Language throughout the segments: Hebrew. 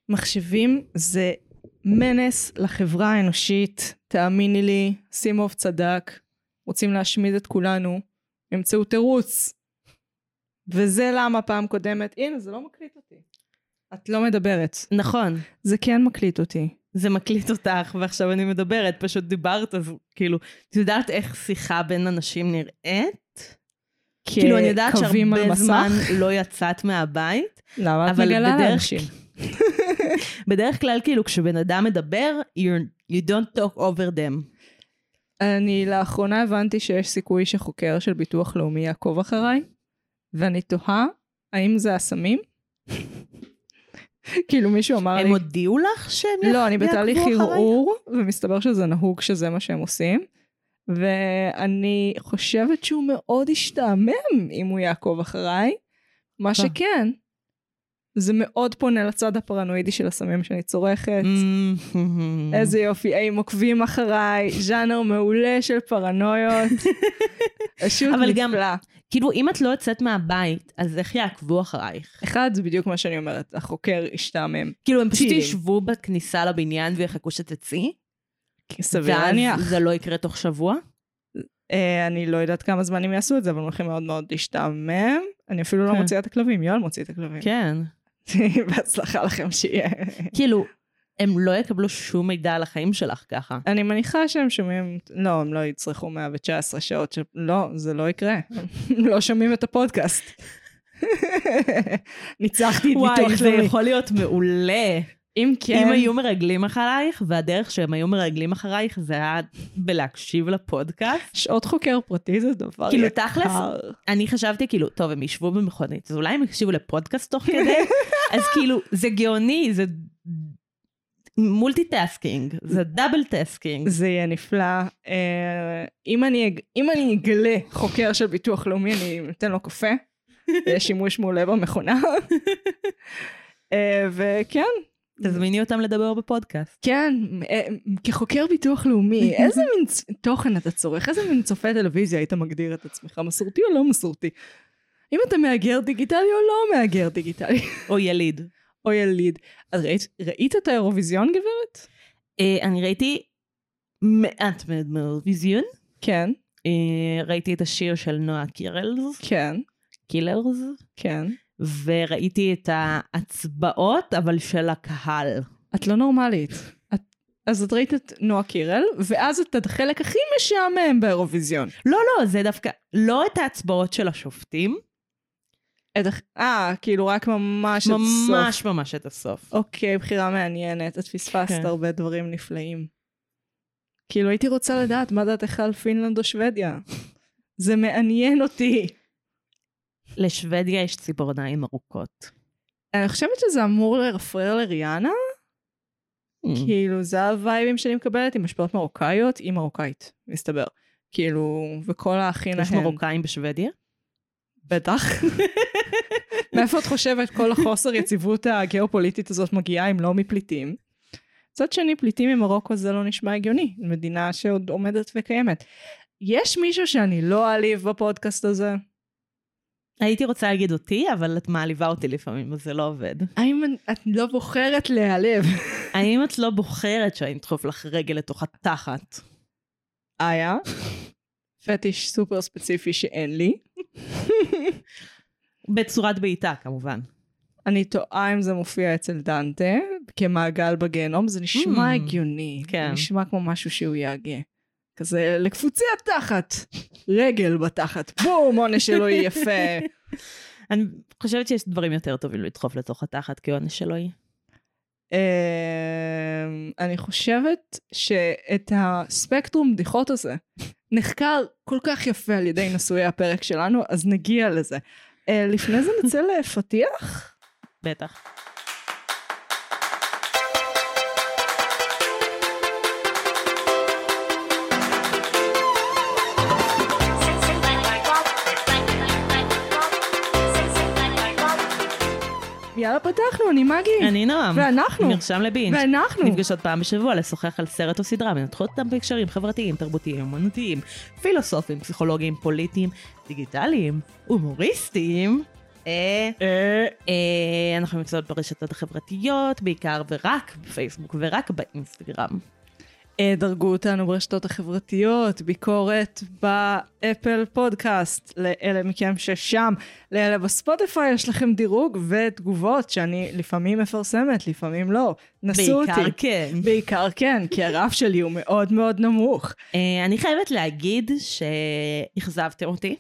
מחשבים זה מנס לחברה האנושית, תאמיני לי, סימוב צדק, רוצים להשמיד את כולנו, ימצאו תירוץ. וזה למה פעם קודמת, הנה זה לא מקליט אותי. את לא מדברת. נכון. זה כן מקליט אותי. זה מקליט אותך, ועכשיו אני מדברת, פשוט דיברת, אז כאילו, את יודעת איך שיחה בין אנשים נראית? כאילו, אני יודעת שהרבה זמן לא יצאת מהבית. למה את מגלה לאנשים? בדרך כלל, כאילו, כשבן אדם מדבר, you don't talk over them. אני לאחרונה הבנתי שיש סיכוי שחוקר של ביטוח לאומי יעקוב אחריי, ואני תוהה, האם זה הסמים? כאילו מישהו אמר לי... הם הודיעו לך שהם יעקבו אחריי? לא, אני בתהליך ערעור, ומסתבר שזה נהוג שזה מה שהם עושים, ואני חושבת שהוא מאוד ישתעמם אם הוא יעקוב אחריי, מה שכן, זה מאוד פונה לצד הפרנואידי של הסמים שאני צורכת. איזה יופי, הם עוקבים אחריי, ז'אנר מעולה של פרנויות. פשוט נפלא. כאילו, אם את לא יוצאת מהבית, אז איך יעקבו אחרייך? אחד, זה בדיוק מה שאני אומרת, החוקר ישתעמם. כאילו, הם פשוט ישבו בכניסה לבניין ויחכו שתצאי? סביר להניח. ואז זה לא יקרה תוך שבוע? אני לא יודעת כמה זמן הם יעשו את זה, אבל הם הולכים מאוד מאוד להשתעמם. אני אפילו לא מוציאה את הכלבים, יואל מוציא את הכלבים. כן. בהצלחה לכם שיהיה. כאילו, הם לא יקבלו שום מידע על החיים שלך ככה. אני מניחה שהם שומעים, לא, הם לא יצרכו 119 שעות, לא, זה לא יקרה. לא שומעים את הפודקאסט. ניצחתי את ביטוח לאומי. וואי, זה יכול להיות מעולה. אם כן... אם היו מרגלים אחרייך, והדרך שהם היו מרגלים אחרייך, זה היה בלהקשיב לפודקאסט. שעות חוקר פרטי זה דבר כאילו, יקר. תכלס, אני חשבתי, כאילו, טוב, הם ישבו במכונית, אז אולי הם יקשיבו לפודקאסט תוך כדי, אז כאילו, זה גאוני, זה מולטי-טסקינג, זה דאבל-טסקינג. זה יהיה נפלא. אם אני אגלה חוקר של ביטוח לאומי, אני אתן לו קפה, ויש שימוש מעולה במכונה. וכן, תזמיני אותם לדבר בפודקאסט. כן, כחוקר ביטוח לאומי, איזה מין תוכן אתה צורך? איזה מין צופה טלוויזיה היית מגדיר את עצמך? מסורתי או לא מסורתי? אם אתה מאגר דיגיטלי או לא מאגר דיגיטלי? או יליד. או יליד. אז ראית את האירוויזיון, גברת? אני ראיתי מעט מאירוויזיון. כן. ראיתי את השיר של נועה קירלס. כן. קילרס. כן. וראיתי את ההצבעות, אבל של הקהל. את לא נורמלית. אז את ראית את נועה קירל, ואז את החלק הכי משעמם באירוויזיון. לא, לא, זה דווקא, לא את ההצבעות של השופטים. כאילו רק ממש את הסוף. ממש את הסוף. אוקיי, בחירה מעניינת. את פספסת הרבה דברים נפלאים. כאילו הייתי רוצה לדעת מה דעתך על פינלנד או שוודיה. זה מעניין אותי. לשוודיה יש ציפורניים ארוכות. אני חושבת שזה אמור לרפרר לריאנה. כאילו, זה הווייבים שאני מקבלת עם השפעות מרוקאיות, היא מרוקאית, מסתבר. כאילו, וכל האחים יש מרוקאים בשוודיה? בטח. מאיפה את חושבת כל החוסר יציבות הגיאופוליטית הזאת מגיעה אם לא מפליטים? צד שני, פליטים ממרוקו זה לא נשמע הגיוני. מדינה שעוד עומדת וקיימת. יש מישהו שאני לא אעליב בפודקאסט הזה? הייתי רוצה להגיד אותי, אבל את מעליבה אותי לפעמים, אז זה לא עובד. האם את לא בוחרת להעליב? האם את לא בוחרת שאני אדחוף לך רגל לתוך התחת? היה? פטיש סופר ספציפי שאין לי. בצורת בעיטה, כמובן. אני טועה אם זה מופיע אצל דנטה, כמעגל בגיהנום, זה נשמע הגיוני. כן. זה נשמע כמו משהו שהוא יאגה. כזה לקפוצי התחת, רגל בתחת, בום, עונש שלו יהיה יפה. אני חושבת שיש דברים יותר טובים לדחוף לתוך התחת, כי עונש שלו יהיה. אני חושבת שאת הספקטרום בדיחות הזה נחקר כל כך יפה על ידי נשואי הפרק שלנו, אז נגיע לזה. לפני זה נצא לפתיח? בטח. יאללה, פתחנו, אני מגי. אני נועם. ואנחנו. נרשם לבינג'. ואנחנו. נפגשות פעם בשבוע לשוחח על סרט או סדרה, מנתחות אותם בהקשרים חברתיים, תרבותיים, אמנותיים, פילוסופיים, פסיכולוגיים, פוליטיים, דיגיטליים, הומוריסטיים, אנחנו נמצאות ברשתות החברתיות, בעיקר ורק בפייסבוק ורק באינסטגרם. דרגו אותנו ברשתות החברתיות, ביקורת באפל פודקאסט, לאלה מכם ששם, לאלה בספוטיפיי, יש לכם דירוג ותגובות שאני לפעמים מפרסמת, לפעמים לא. נסו אותי. בעיקר כן. בעיקר כן, כי הרף שלי הוא מאוד מאוד נמוך. אני חייבת להגיד שהחזבתם אותי.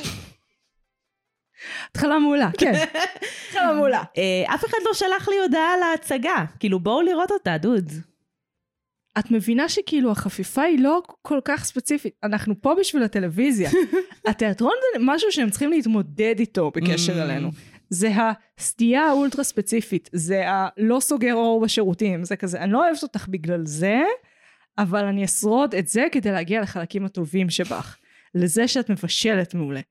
התחלה מעולה, כן. התחלה מעולה. אף אחד לא שלח לי הודעה על ההצגה. כאילו בואו לראות אותה, דוד. את מבינה שכאילו החפיפה היא לא כל כך ספציפית. אנחנו פה בשביל הטלוויזיה. התיאטרון זה משהו שהם צריכים להתמודד איתו בקשר אלינו. זה הסטייה האולטרה ספציפית. זה הלא סוגר אור בשירותים. זה כזה, אני לא אוהבת אותך בגלל זה, אבל אני אשרוד את זה כדי להגיע לחלקים הטובים שבך. לזה שאת מבשלת מעולה.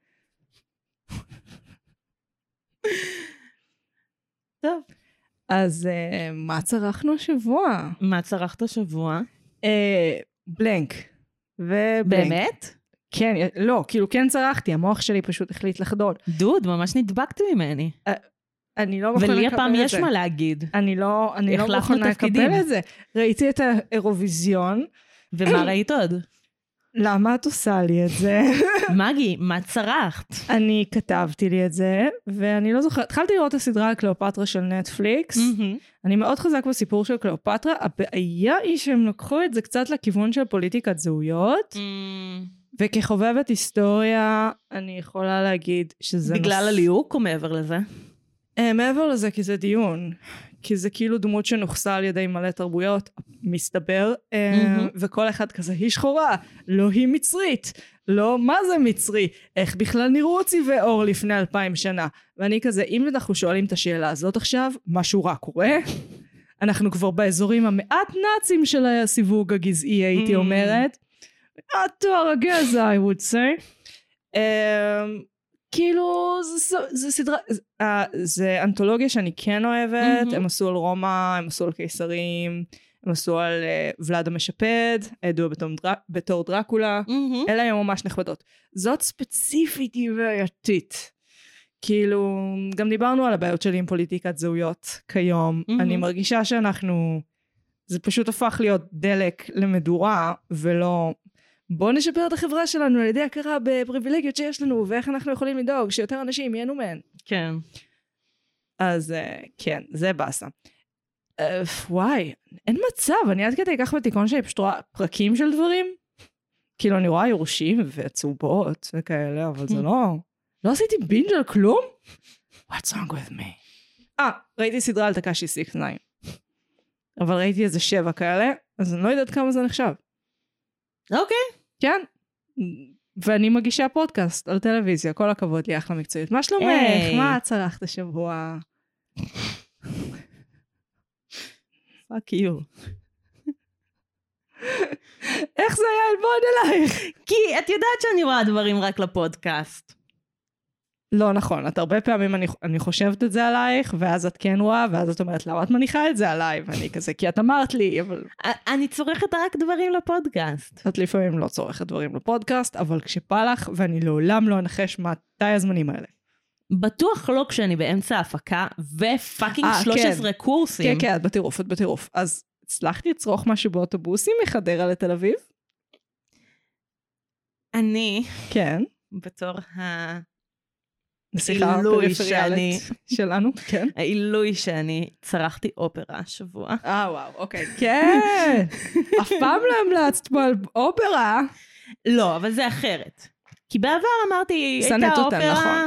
טוב. אז מה צרכנו השבוע? מה צרכת השבוע? בלנק. באמת? כן, לא, כאילו כן צרכתי, המוח שלי פשוט החליט לחדול. דוד, ממש נדבקת ממני. אני לא מוכנה לקבל את זה. ולי הפעם יש מה להגיד. אני לא מוכנה לקבל את זה. ראיתי את האירוויזיון. ומה ראית עוד? למה את עושה לי את זה? מגי, מה צרכת? אני כתבתי לי את זה, ואני לא זוכרת. התחלתי לראות את הסדרה קליאופטרה של נטפליקס. אני מאוד חזק בסיפור של קליאופטרה. הבעיה היא שהם לקחו את זה קצת לכיוון של פוליטיקת זהויות. וכחובבת היסטוריה, אני יכולה להגיד שזה... בגלל הליהוק או מעבר לזה? מעבר לזה, כי זה דיון. כי זה כאילו דמות שנוחסה על ידי מלא תרבויות, מסתבר, וכל אחד כזה, היא שחורה, לא היא מצרית, לא מה זה מצרי, איך בכלל נראו צבעי עור לפני 2000 שנה, ואני כזה, אם אנחנו שואלים את השאלה הזאת עכשיו, משהו רע קורה, אנחנו כבר באזורים המעט נאצים של הסיווג הגזעי, הייתי אומרת, התואר הגזע, I would say, כאילו זה סדרה, זה אנתולוגיה שאני כן אוהבת, הם עשו על רומא, הם עשו על קיסרים, הם עשו על ולד המשפד, הידוע בתור דרקולה, אלה היו ממש נכבדות. זאת ספציפית היא בעייתית. כאילו, גם דיברנו על הבעיות שלי עם פוליטיקת זהויות כיום, אני מרגישה שאנחנו, זה פשוט הפך להיות דלק למדורה, ולא... בואו נשפר את החברה שלנו על ידי הכרה בפריבילגיות שיש לנו, ואיך אנחנו יכולים לדאוג שיותר אנשים ייהנו מהן. כן. אז כן, זה באסה. וואי, אין מצב, אני עד כדי כך בתיקון שאני פשוט רואה פרקים של דברים. כאילו אני רואה יורשים וצהובות וכאלה, אבל זה לא עשיתי בינג' על כלום? What's wrong with me? ראיתי סדרה על טקאשי 6ix9. אבל ראיתי איזה 7 כאלה, אז אני לא יודעת כמה זה נחשב. אוקיי. כן. ואני מגישה פודקאסט על טלוויזיה, כל הכבוד לי, אחלה מקצועית. מה שלומך? מה צרכת השבוע? פאק יו. איך זה היה אלבון אלייך? כי את יודעת שאני רואה דברים רק לפודקאסט. לא נכון, את הרבה פעמים אני חושבת את זה עלייך, ואז את כן רואה, ואז את אומרת, למה את מניחה את זה עליי? ואני כזה, כי את אמרת לי, אבל... אני צורכת רק דברים לפודקאסט. את לפעמים לא צורכת דברים לפודקאסט, אבל כשבא לך, ואני לעולם לא אנחש מתי הזמנים האלה. בטוח לא כשאני באמצע ההפקה, ופאקינג 13 קורסים. כן, כן, את בטירוף. אז הצלחתי לצרוך משהו באוטובוסים מחדרה לתל אביב? אני... כן. בתור העילוי שלנו, כן. העילוי שאני צרכתי אופרה השבוע. וואו, אוקיי. כן. אף פעם לא המלצת פה על אופרה. לא, אבל זה אחרת. כי בעבר אמרתי, הייתה אופרה,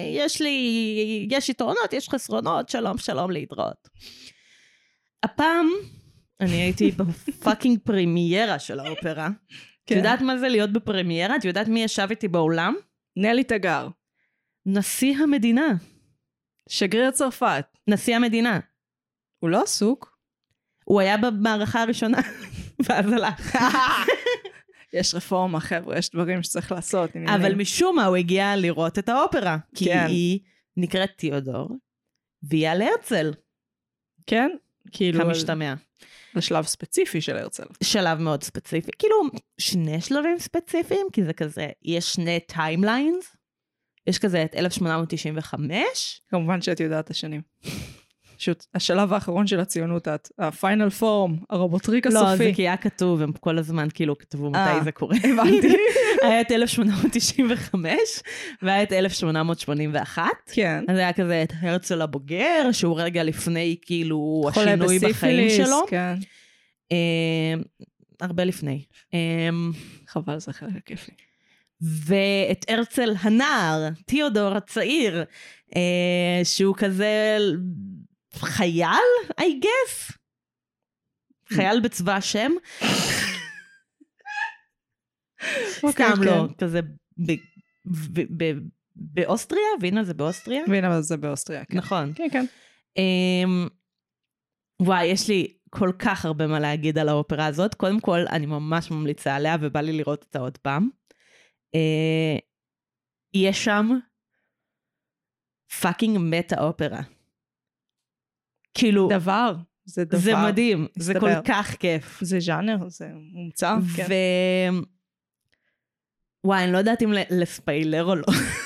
יש יתרונות, יש חסרונות, שלום להתראות. הפעם, אני הייתי בפאקינג פרימיירה של האופרה. את יודעת מה זה להיות בפרימיירה? את יודעת מי ישב איתי באולם? נלי תגר. נשיא המדינה. שגריר צרפת. נשיא המדינה. הוא לא עסוק. הוא היה במערכה הראשונה, ואז הלך. יש רפורמה, חבר'ה, יש דברים שצריך לעשות. אבל משום מה הוא הגיע לראות את האופרה, כי היא נקראת תיאודור, והיא על הרצל. כן? כאילו... כמשתמע. זה שלב ספציפי של הרצל. שלב מאוד ספציפי. כאילו, 2 שלבים ספציפיים, כי זה כזה, יש 2 טיימליינס, יש כזה את 1895. כמובן שאת יודעת השנים. פשוט השלב האחרון של הציונות, הפיינל פורם, הרובוטריק הסופי. לא, זה כי היה כתוב, הם כל הזמן כאילו כתבו מתי זה קורה. הבנתי. היה את 1895, והיה את 1881. כן. אז היה כזה את הרצל הבוגר, שהוא רגע לפני כאילו השינוי בחיים שלו. כן. הרבה לפני. חבל, זה חלק כיפי. ואת הרצל הנער, תיאודור הצעיר, שהוא כזה חייל, I guess? חייל בצבא השם. סתם לא, כזה באוסטריה? וינה זה באוסטריה? וינה זה באוסטריה, כן. נכון. כן, כן. וואי, יש לי כל כך הרבה מה להגיד על האופרה הזאת. קודם כל, אני ממש ממליצה עליה, ובא לי לראות אותה עוד פעם. יש שם פאקינג מטה אופרה. כאילו... זה דבר. זה מדהים, זה כל כך כיף. זה ז'אנר, זה מומצא. כן. וואי, אני לא יודעת אם לספיילר או לא.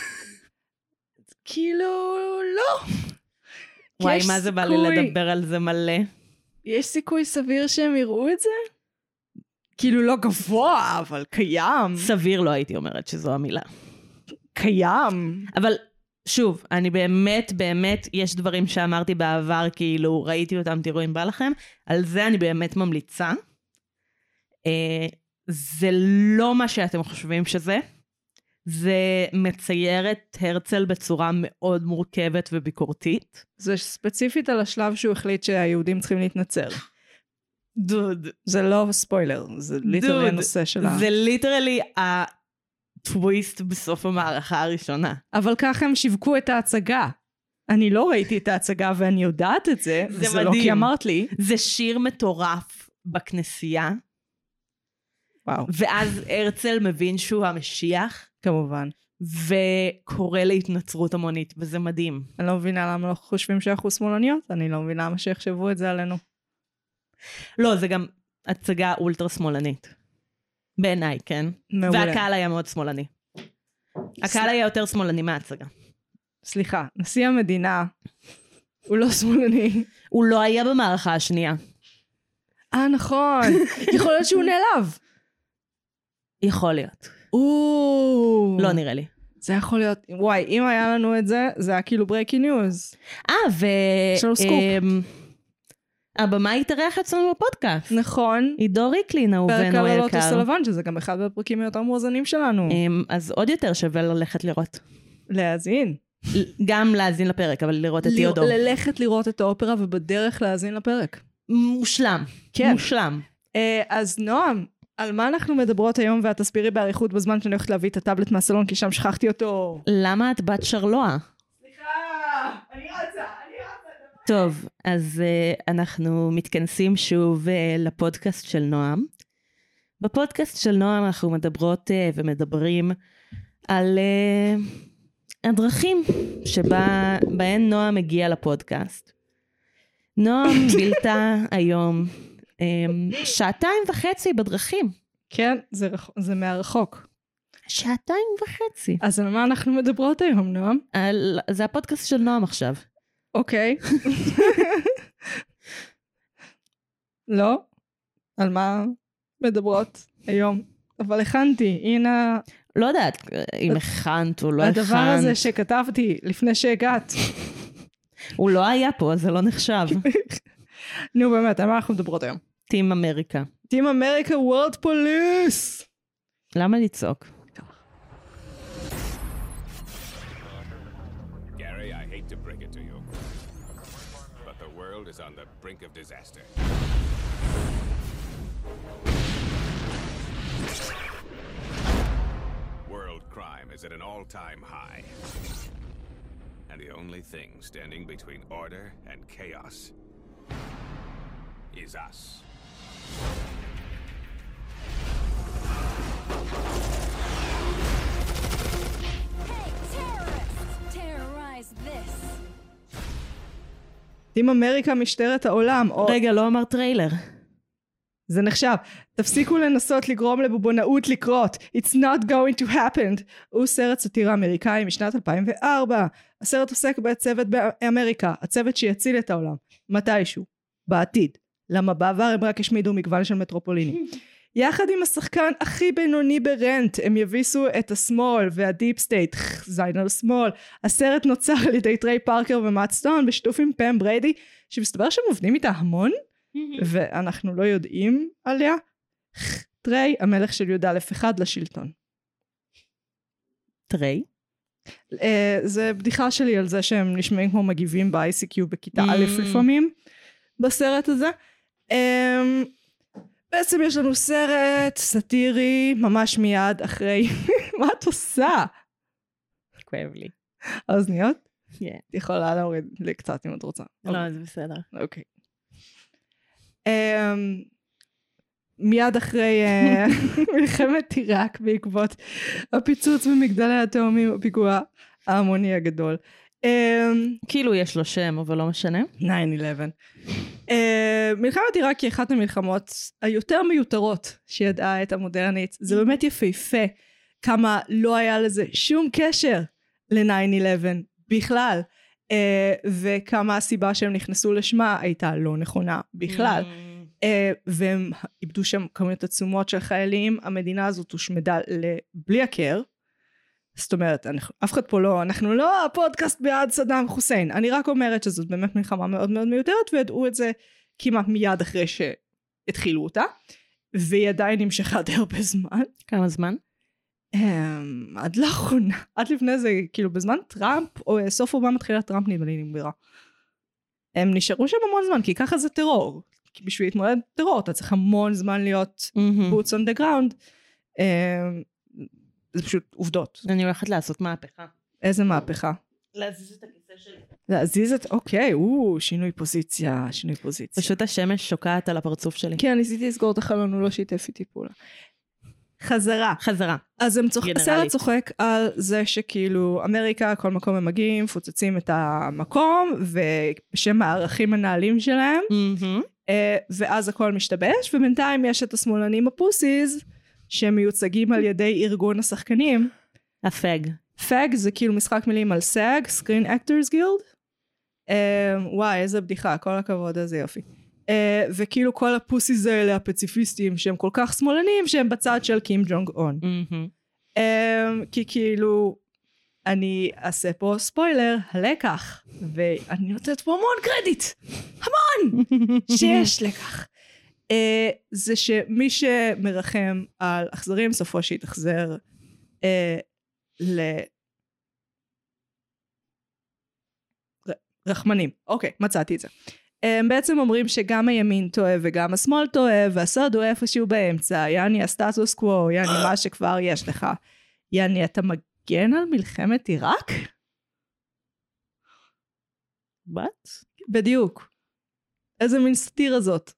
כאילו, לא. וואי, מה זה בא לי לדבר על זה מלא? יש סיכוי סביר שהם יראו את זה? כאילו לא גבוה, אבל קיים. סביר לא הייתי אומרת שזו המילה. קיים. אבל שוב, אני באמת, יש דברים שאמרתי בעבר, כאילו ראיתי אותם, תראו אם בא לכם. על זה אני באמת ממליצה. זה לא מה שאתם חושבים שזה. זה מצייר את הרצל בצורה מאוד מורכבת וביקורתית. זה ספציפית על השלב שהוא החליט שהיהודים צריכים להתנצר. דוד. זה לא ספוילר, זה ליטרלי הנושא שלה. זה ליטרלי הטוויסט בסוף המערכה הראשונה. אבל ככה הם שיווקו את ההצגה. אני לא ראיתי את ההצגה ואני יודעת את זה. זה מדהים. לא כי אמרת לי. זה שיר מטורף בכנסייה. וואו. ואז הרצל מבין שהוא המשיח. כמובן. וקורא להתנצרות המונית, וזה מדהים. אני לא מבינה למה לא חושבים שאנחנו שמאלניות, אני לא מבינה למה שיחשבו את זה עלינו. לא, זה גם הצגה אולטרה שמאלנית. בעיניי, כן? מעולה. והקהל היה מאוד שמאלני. הקהל היה יותר שמאלני מההצגה. סליחה, נשיא המדינה, הוא לא שמאלני. הוא לא היה במערכה השנייה. נכון. יכול להיות שהוא נעלב. יכול להיות. לא נראה לי. זה יכול להיות, וואי, אם היה לנו את זה, זה היה כאילו ברייקי ניוז. יש לנו סקופ. הבמה התארח אצלנו בפודקאסט. נכון. עידו ריקלין, אהובנו היקר. פרק על הלוטוס הלבן, שזה גם אחד הפרקים היותר מואזנים שלנו. אז עוד יותר שווה ללכת לראות. להאזין. גם להאזין לפרק, אבל לראות את תיאודור. ללכת לראות את האופרה ובדרך להאזין לפרק. מושלם. כן. מושלם. אז נועם, על מה אנחנו מדברות היום, ואת תסבירי בעריכות בזמן שאני הולכת להביא את הטאבלט מהסלון, כי שם שכחתי אותו. למה את בת שרלואה? סליחה, אני רצה. טוב, אז אנחנו מתכנסים שוב לפודקאסט של נועם. בפודקאסט של נועם אנחנו מדברות ומדברים על הדרכים שבהן נועם הגיע לפודקאסט. נועם בילתה היום 2.5 בדרכים. כן, זה מהרחוק. 2.5. אז על מה אנחנו מדברות היום, נועם? זה הפודקאסט של נועם עכשיו. אוקיי. לא? על מה מדברות היום? אבל הכנתי, הנה... לא יודעת אם הכנת או לא הכנת. הדבר הזה שכתבתי לפני שהגעת. הוא לא היה פה, אז זה לא נחשב. נו באמת, על מה אנחנו מדברות היום? טים אמריקה. טים אמריקה וורד פוליס! למה לצעוק? Gary, I hate to break it to you, but the world is on the brink of disaster. World crime is at an all-time high. And the only thing standing between order and chaos is us. טים אמריקה משטרת העולם. רגע, לא אמר טריילר. זה נחשב. תפסיקו לנסות לגרום לבובונאות לקרות. It's not going to happen. הוא סרט סאטירה אמריקאי משנת 2004. הסרט עוסק בצוות באמריקה, הצוות שיציל את העולם. מתישהו, בעתיד. למה בעבר הם רק השמידו מגוון של מטרופולינים. יחד עם השחקן הכי בינוני ברנט, הם יביסו את השמאל והדיפ סטייט, זין על שמאל. הסרט נוצר על ידי טריי פארקר ומאט סטון, בשיתוף עם פם בריידי, שמסתבר שהם עובדים איתה המון, ואנחנו לא יודעים עליה. טריי, המלך של י"א1 לשלטון. טריי? זה בדיחה שלי על זה שהם נשמעים כמו מגיבים ב-ICQ בכיתה א' לפעמים, בסרט הזה. בעצם יש לנו סרט סאטירי ממש מיד אחרי. מה את עושה? כואב לי. האוזניות? כן. את יכולה להוריד לי קצת אם את רוצה. לא, זה בסדר. אוקיי. מיד אחרי מלחמת עיראק בעקבות הפיצוץ במגדלי התאומים, הפיגוע ההמוני הגדול. כאילו יש לו שם, אבל לא משנה. 9/11. מלחמת עיראק היא אחת המלחמות היותר מיותרות שידעה את המודרנית. זה באמת יפהפה כמה לא היה לזה שום קשר ל-9/11 בכלל, וכמה הסיבה שהם נכנסו לשמה הייתה לא נכונה בכלל. והם איבדו שם כמות עצומות של חיילים. המדינה הזאת הושמדה בלי הכר. זאת אומרת, אף אחד פה לא, אנחנו לא הפודקאסט בעד סדאם חוסיין. אני רק אומרת שזאת באמת מלחמה מאוד מאוד מיותרת, וידעו את זה כמעט מיד אחרי שהתחילו אותה, והיא עדיין נמשכה די הרבה זמן. כמה זמן? עד לאחרונה, עד לפני זה, כאילו בזמן טראמפ, או סוף אובמה מתחילת טראמפ נגמרה. הם נשארו שם המון זמן, כי ככה זה טרור. כי בשביל להתמודד טרור, אתה צריך המון זמן להיות boots on the ground. זה פשוט עובדות. אני הולכת לעשות מהפכה. איזה מהפכה? להזיז את הכיסא שלי. להזיז את, אוקיי, שינוי פוזיציה. פשוט השמש שוקעת על הפרצוף שלי. כן, ניסיתי לסגור את החלון, הוא לא שיתף איתי פעולה. חזרה. אז הסרט צוחק על זה שכאילו אמריקה, כל מקום הם מגיעים, פוצצים את המקום, ובשם הערכים הנעלים שלהם, ואז הכל משתבש, ובינתיים יש את השמאלנים הפוסיז, שהם מיוצגים על ידי ארגון השחקנים. הפג. פג זה כאילו משחק מילים על SAG, Screen Actors Guild. וואי, איזה בדיחה, כל הכבוד, איזה יופי. וכאילו כל הפוסיז האלה, הפציפיסטים, שהם כל כך שמאלנים, שהם בצד של קים ג'ונג און. כי כאילו, אני אעשה פה ספוילר, הלקח, ואני נותנת פה המון קרדיט, המון, שיש לקח. זה שמי שמרחם על אכזרים, סופו שיתאכזר רחמנים. אוקיי, מצאתי את זה. הם בעצם אומרים שגם הימין טועה וגם השמאל טועה, והסוד הוא איפשהו באמצע, יעני הסטטוס קוו, יעני מה שכבר יש לך. יעני, אתה מגן על מלחמת עיראק? What? בדיוק. איזה מין סאטירה זאת.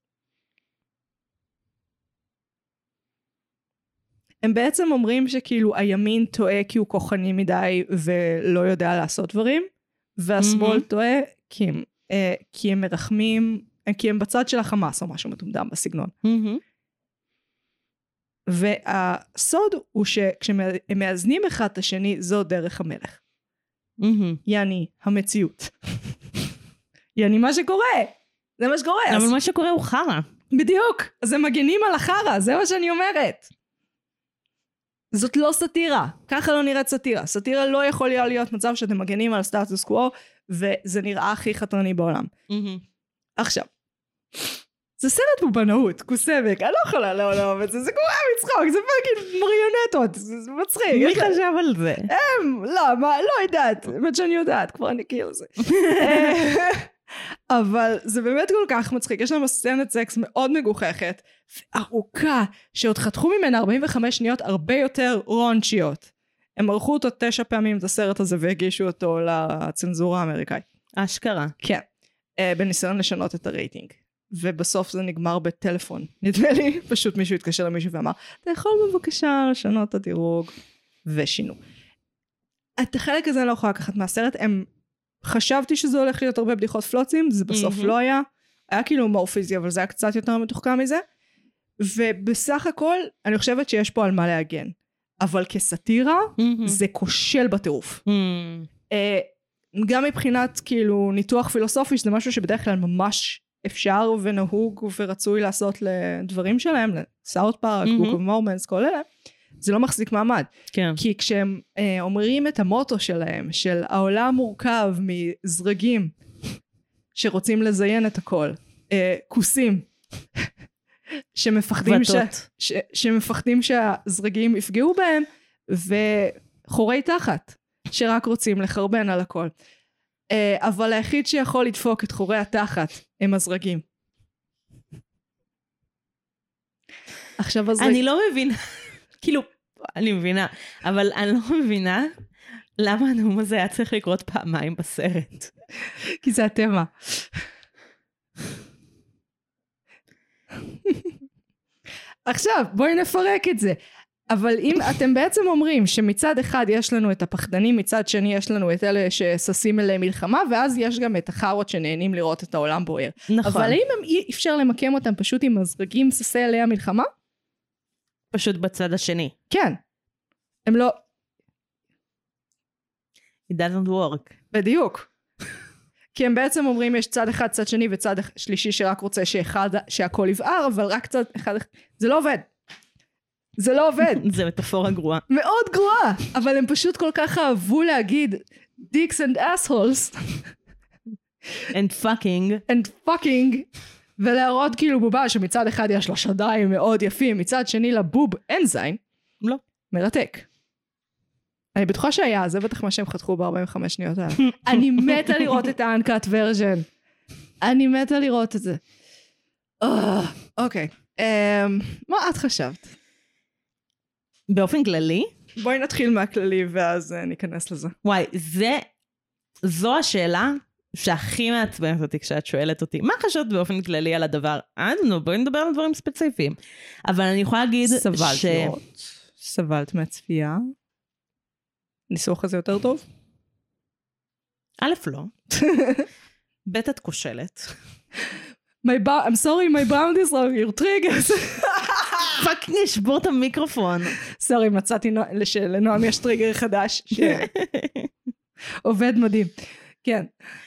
הם בעצם אומרים שכאילו הימין טועה כי הוא כוחני מדי ולא יודע לעשות דברים, והשמאל טועה כי הם מרחמים, כי הם בצד של החמאס או משהו מטומדם בסגנון. והסוד הוא שכשהם מאזנים אחד את השני, זו דרך המלך. יעני, המציאות. יעני, מה שקורה. זה מה שקורה. אבל מה שקורה הוא חרה. בדיוק. אז הם מגנים על החרה, זה מה שאני אומרת. זאת לא סאטירה. ככה לא נראית סאטירה. סאטירה לא יכול להיות מצב שאתם מגנים על סטטוס קוו, וזה נראה הכי חתרני בעולם. עכשיו, זה סרט בובנאות, קוסמק, אני לא יכולה לאהוב את זה, זה קורה מצחוק, זה פאקינג מריונטות, זה מצחיק. מי חשב על זה? לא יודעת, באמת שאני יודעת, כבר אני כאילו זה. אבל זה באמת כל כך מצחיק, יש לנו סצנת סקס מאוד מגוחכת, וארוכה, שעוד חתכו ממנה 45 שניות הרבה יותר רונצ'יות. הם ערכו אותו 9 פעמים את הסרט הזה, והגישו אותו לצנזורה האמריקאית. אשכרה. כן, בניסיון לשנות את הרייטינג. ובסוף זה נגמר בטלפון, נדמה לי, פשוט מישהו התקשר למישהו ואמר, אתה יכול בבקשה לשנות את הדירוג, ושינו. את החלק הזה אני לא יכולה לקחת מהסרט, חשבתי שזה הולך להיות הרבה בדיחות פלוצים, זה בסוף לא היה, היה כאילו הומור פיזי, אבל זה היה קצת יותר מתוחכם מזה, ובסך הכל, אני חושבת שיש פה על מה להגן. אבל כסאטירה, זה כושל בטירוף. גם מבחינת כאילו ניתוח פילוסופי, שזה משהו שבדרך כלל ממש אפשר ונהוג ורצוי לעשות לדברים שלהם, לסאוט פארק, בוק אוף מורמנס, כל אלה, זה לא מחזיק מעמד. כן. כי כשהם אומרים את המוטו שלהם, של העולם מורכב מזרגים, שרוצים לזיין את הכל, כוסים, שמפחדים שהזרגים יפגעו בהם, וחורי תחת, שרק רוצים לחרבן על הכל. אבל היחיד שיכול לדפוק את חורי התחת הם הזרגים. עכשיו אני לא מבינה, כאילו, אני מבינה, אבל אני לא מבינה למה הנאום הזה היה צריך לקרות פעמיים בסרט. כי זה הטבע. עכשיו, בואי נפרק את זה. אבל אם אתם בעצם אומרים שמצד אחד יש לנו את הפחדנים, מצד שני יש לנו את אלה שששים אליהם מלחמה, ואז יש גם את החרות שנהנים לראות את העולם בוער. נכון. אבל האם אי אפשר למקם אותם פשוט עם מזרגים ששי עליה מלחמה? פשוט בצד השני. כן. הם לא... It doesn't work. בדיוק. כי הם בעצם אומרים יש צד אחד, צד שני וצד שלישי שרק רוצה שהכל יבער, אבל רק צד אחד... זה לא עובד. זה לא עובד. זה מטאפורה גרועה. מאוד גרועה. אבל הם פשוט כל כך אהבו להגיד dicks and assholes. and fucking. ולהראות כאילו בובה שמצד אחד יש לה שדיים מאוד יפים, מצד שני לבוב אין זין. לא. מרתק. אני בטוחה שהיה, זה בטח מה שהם חתכו ב-45 שניות האלה. אני מתה לראות את ה-uncut version. אני מתה לראות את זה. אוקיי. מה את חשבת? באופן כללי? בואי נתחיל מהכללי ואז ניכנס לזה. וואי, זו השאלה שהכי מעצבנת אותי כשאת שואלת אותי, מה חשבת באופן כללי על הדבר? בואי נדבר על דברים ספציפיים. אבל אני יכולה להגיד סבלת מהצפייה? ניסוח הזה יותר טוב? א' לא. ב' את כושלת. I'm sorry, my bound is wrong, your triggers. פאק נשבור את המיקרופון. סורי, מצאתי שלנועם יש טריגר חדש שעובד מדהים. כן.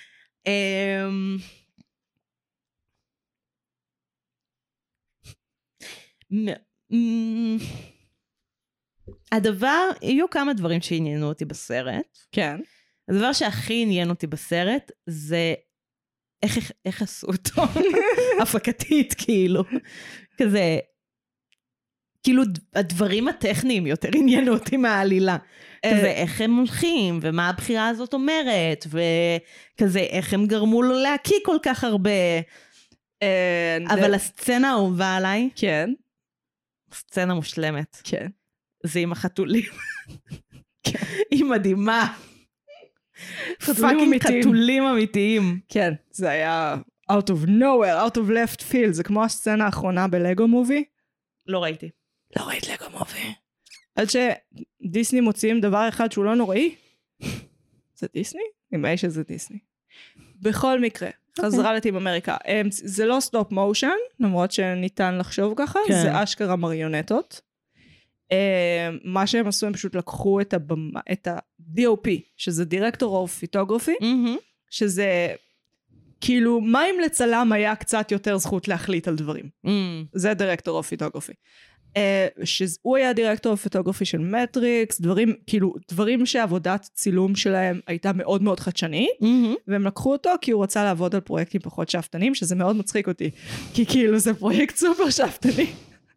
יהיו כמה דברים שעניינו אותי בסרט. כן. הדבר שהכי עניין אותי בסרט זה איך עשו אותו. הפקתית כאילו. כזה, כאילו הדברים הטכניים יותר עניינו אותי מהעלילה. כזה איך הם הולכים, ומה הבחירה הזאת אומרת, וכזה איך הם גרמו לו להקיא כל כך הרבה. אבל הסצנה האהובה עליי. כן. סצנה מושלמת. כן. זה עם החתולים. היא מדהימה. פאקינג חתולים אמיתיים. כן, זה היה out of nowhere, out of left field, זה כמו הסצנה האחרונה בלגו מובי. לא ראיתי. לא ראית לגו מובי. עד שדיסני מוציאים דבר אחד שהוא לא נוראי. זה דיסני? נראה שזה דיסני. בכל מקרה, חזרה לטים אמריקה. זה לא סטופ מושן, למרות שניתן לחשוב ככה, זה אשכרה מריונטות. מה שהם עשו, הם פשוט לקחו את ה-DOP, שזה דירקטור אוף פיטוגרפי, שזה כאילו, מה אם לצלם היה קצת יותר זכות להחליט על דברים? זה דירקטור אוף פיטוגרפי. שהוא היה דירקטור אוף פיטוגרפי של מטריקס, דברים שעבודת צילום שלהם הייתה מאוד מאוד חדשנית, והם לקחו אותו כי הוא רצה לעבוד על פרויקטים פחות שאפתנים, שזה מאוד מצחיק אותי, כי כאילו זה פרויקט סופר שאפתני.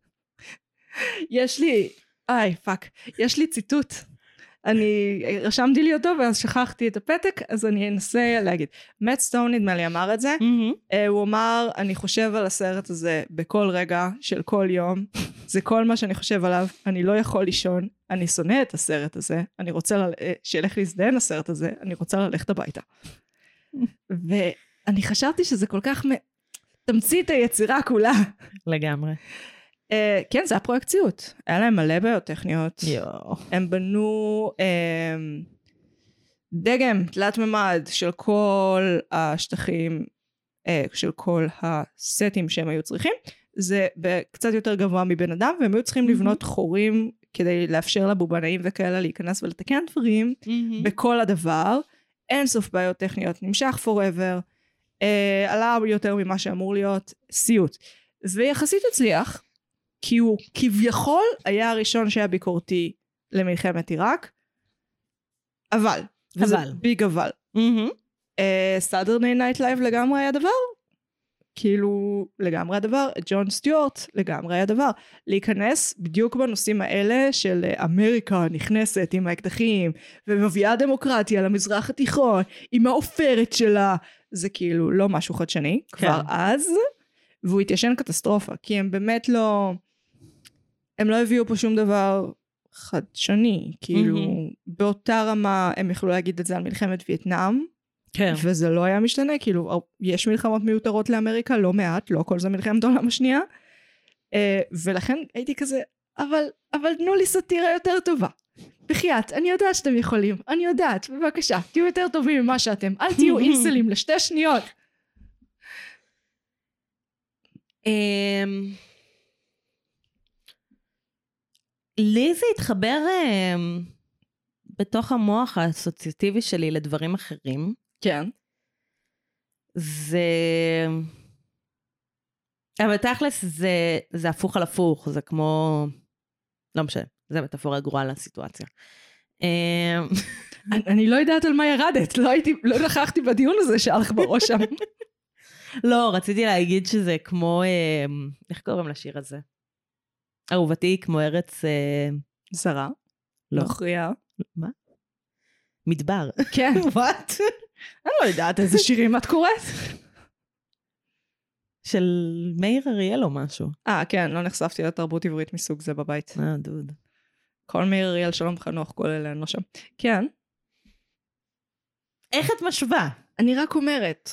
יש לי ציטוט. אני רשמתי לי אותו ואז שכחתי את הפתק, אז אני אנסה להגיד. מאט סטון נדמה לי אמר את זה, הוא אמר, אני חושב על הסרט הזה בכל רגע של כל יום, זה כל מה שאני חושב עליו, אני לא יכול לישון, אני שונא את הסרט הזה, אני רוצה שילך להזדהן הסרט הזה, אני רוצה ללכת הביתה. ואני חשבתי שזה כל כך תמצית היצירה כולה. לגמרי. כן, זה הפרויקט ציות. היה להם מלא בעיות טכניות. הם בנו דגם תלת ממד של כל השטחים, של כל הסטים שהם היו צריכים. זה קצת יותר גבוה מבן אדם, והם היו צריכים לבנות חורים כדי לאפשר לבובנאים וכאלה להיכנס ולתקן דברים בכל הדבר. אין סוף בעיות טכניות, נמשך forever, עלה יותר ממה שאמור להיות, סיוט. ויחסית הצליח, כי הוא כביכול היה הראשון שהיה ביקורתי למלחמת עיראק, אבל, וזה ביג אבל. Saturday Night Live לגמרי היה דבר, כאילו לגמרי הדבר, ג'ון סטיוארט לגמרי היה דבר, להיכנס בדיוק בנושאים האלה של אמריקה נכנסת עם האקדחים, ומביאה דמוקרטיה למזרח התיכון, עם האופרת שלה, זה כאילו לא משהו חדשני, כבר אז, והוא התיישן קטסטרופה, כי הם באמת לא, הם לא הביאו פה שום דבר חדשני, כאילו באותה רמה הם יכלו להגיד את זה על מלחמת וייטנאם, כן. וזה לא היה משתנה, כאילו יש מלחמות מיותרות לאמריקה, לא מעט, לא כל זה מלחמת העולם השנייה, ולכן הייתי כזה, אבל תנו לי סאטירה יותר טובה, בחייאת, אני יודעת שאתם יכולים, אני יודעת, בבקשה, תהיו יותר טובים ממה שאתם, אל תהיו אינסלים לשתי שניות. לי זה התחבר בתוך המוח האסוציאטיבי שלי לדברים אחרים. כן. אבל תכלס זה הפוך על הפוך, זה כמו, לא משנה, זה מטאפורה גרועה לסיטואציה. אני לא יודעת על מה ירדת, לא נכחתי בדיון הזה שהלך בראש שם. לא, רציתי להגיד שזה כמו, איך קוראים לשיר הזה? אהובתי כמו ארץ זרה? לא. נוכריה? מה? מדבר. כן. what? אני לא יודעת איזה שירים את קוראת. של מאיר אריאל או משהו. כן, לא נחשפתי לתרבות עברית מסוג זה בבית. דוד. כל מאיר אריאל, שלום חנוך, כל אלה, אני לא שם. כן. איך את משווה? אני רק אומרת.